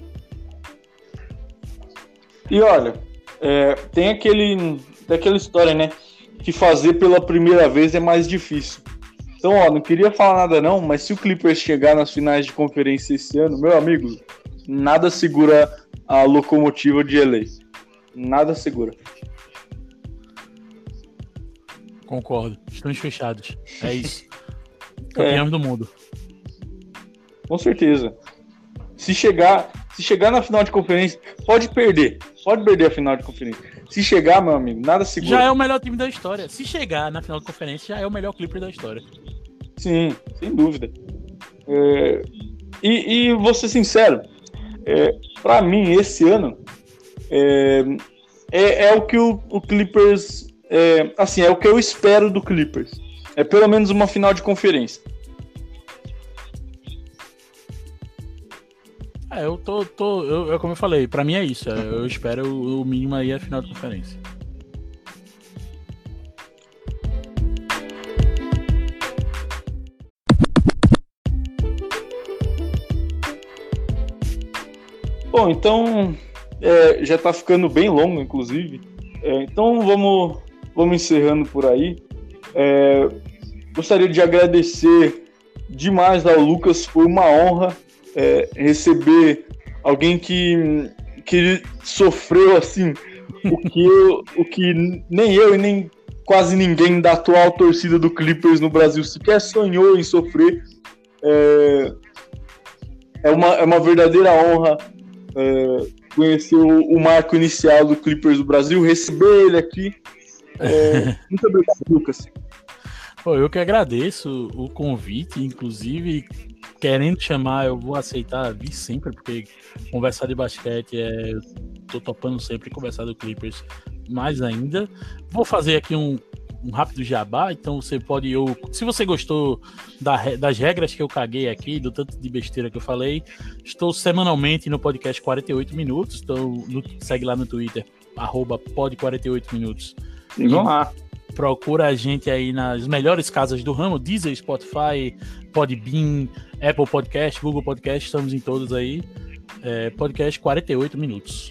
E olha, tem aquela história, né? Que fazer pela primeira vez é mais difícil. Então, não queria falar nada não, mas se o Clippers chegar nas finais de conferência esse ano, meu amigo, nada segura a locomotiva de LA. Nada segura. Concordo. Estamos fechados. É isso. Campeões do mundo. Com certeza. Se chegar na final de conferência, pode perder a final de conferência. Se chegar, meu amigo, nada segura. Já é o melhor time da história. Se chegar na final de conferência, já é o melhor Clipper da história. Sim, sem dúvida. E vou ser sincero, pra mim, esse ano, é o que o Clippers... é o que eu espero do Clippers. É pelo menos uma final de conferência. Como eu falei, pra mim é isso. Eu espero o mínimo aí a final de conferência. Bom, então já tá ficando bem longo, inclusive. Então vamos encerrando por aí. Gostaria de agradecer demais ao Lucas, foi uma honra receber alguém que sofreu assim o que nem eu e nem quase ninguém da atual torcida do Clippers no Brasil sequer sonhou em sofrer. É uma verdadeira honra conhecer o marco inicial do Clippers do Brasil, receber ele aqui. Muito obrigado, Lucas. Pô, eu que agradeço o convite, inclusive, querendo chamar, eu vou aceitar vir sempre, porque conversar de basquete eu tô topando sempre conversar do Clippers mais ainda. Vou fazer aqui um rápido jabá, então você pode, se você gostou das regras que eu caguei aqui, do tanto de besteira que eu falei, estou semanalmente no podcast 48 Minutos, então segue lá no Twitter, @pod48minutos. E vamos lá. Procura a gente aí nas melhores casas do ramo, Deezer, Spotify, Podbean, Apple Podcast, Google Podcast, estamos em todos aí. Podcast 48 Minutos.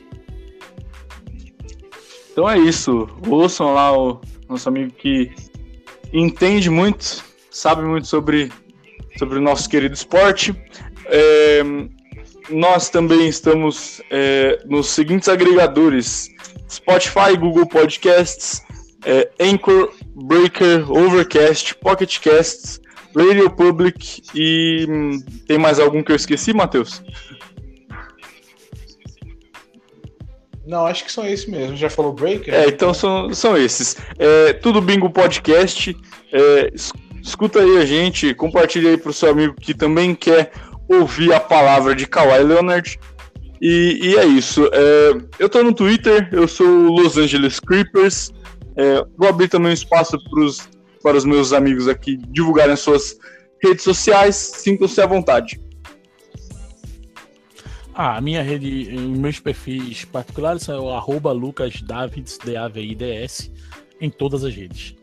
Então é isso. Ouçam lá o nosso amigo que entende muito, sabe muito sobre o nosso querido esporte. Nós também estamos nos seguintes agregadores: Spotify, Google Podcasts, Anchor, Breaker, Overcast, Pocket Casts, Radio Public e tem mais algum que eu esqueci, Matheus? Não, acho que são esses mesmo. Já falou Breaker? Então são esses. Tudo Bingo Podcast. Escuta aí a gente, compartilha aí pro seu amigo que também quer ouvir a palavra de Kawhi Leonard. E é isso. Eu tô no Twitter, eu sou o Los Angeles Clippers. Vou abrir também um espaço para os meus amigos aqui divulgarem suas redes sociais. Sintam-se à vontade. A minha rede, meus perfis particulares são o @LucasDavids, DAVIDS, em todas as redes.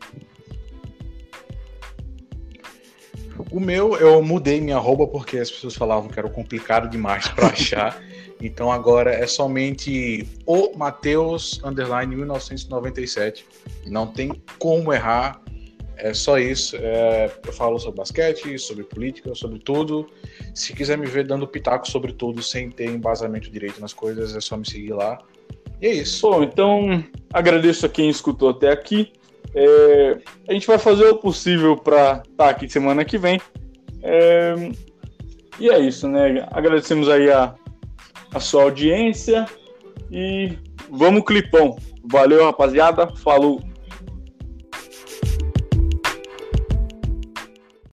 O meu, eu mudei minha arroba porque as pessoas falavam que era complicado demais para achar. Então agora é somente o Matheus _1997. Não tem como errar. É só isso. Eu falo sobre basquete, sobre política, sobre tudo. Se quiser me ver dando pitaco sobre tudo sem ter embasamento direito nas coisas, é só me seguir lá. E é isso. Bom, então agradeço a quem escutou até aqui. A gente vai fazer o possível para estar aqui semana que vem. E é isso, né? Agradecemos aí a sua audiência e vamos Clipão. Valeu, rapaziada. Falou.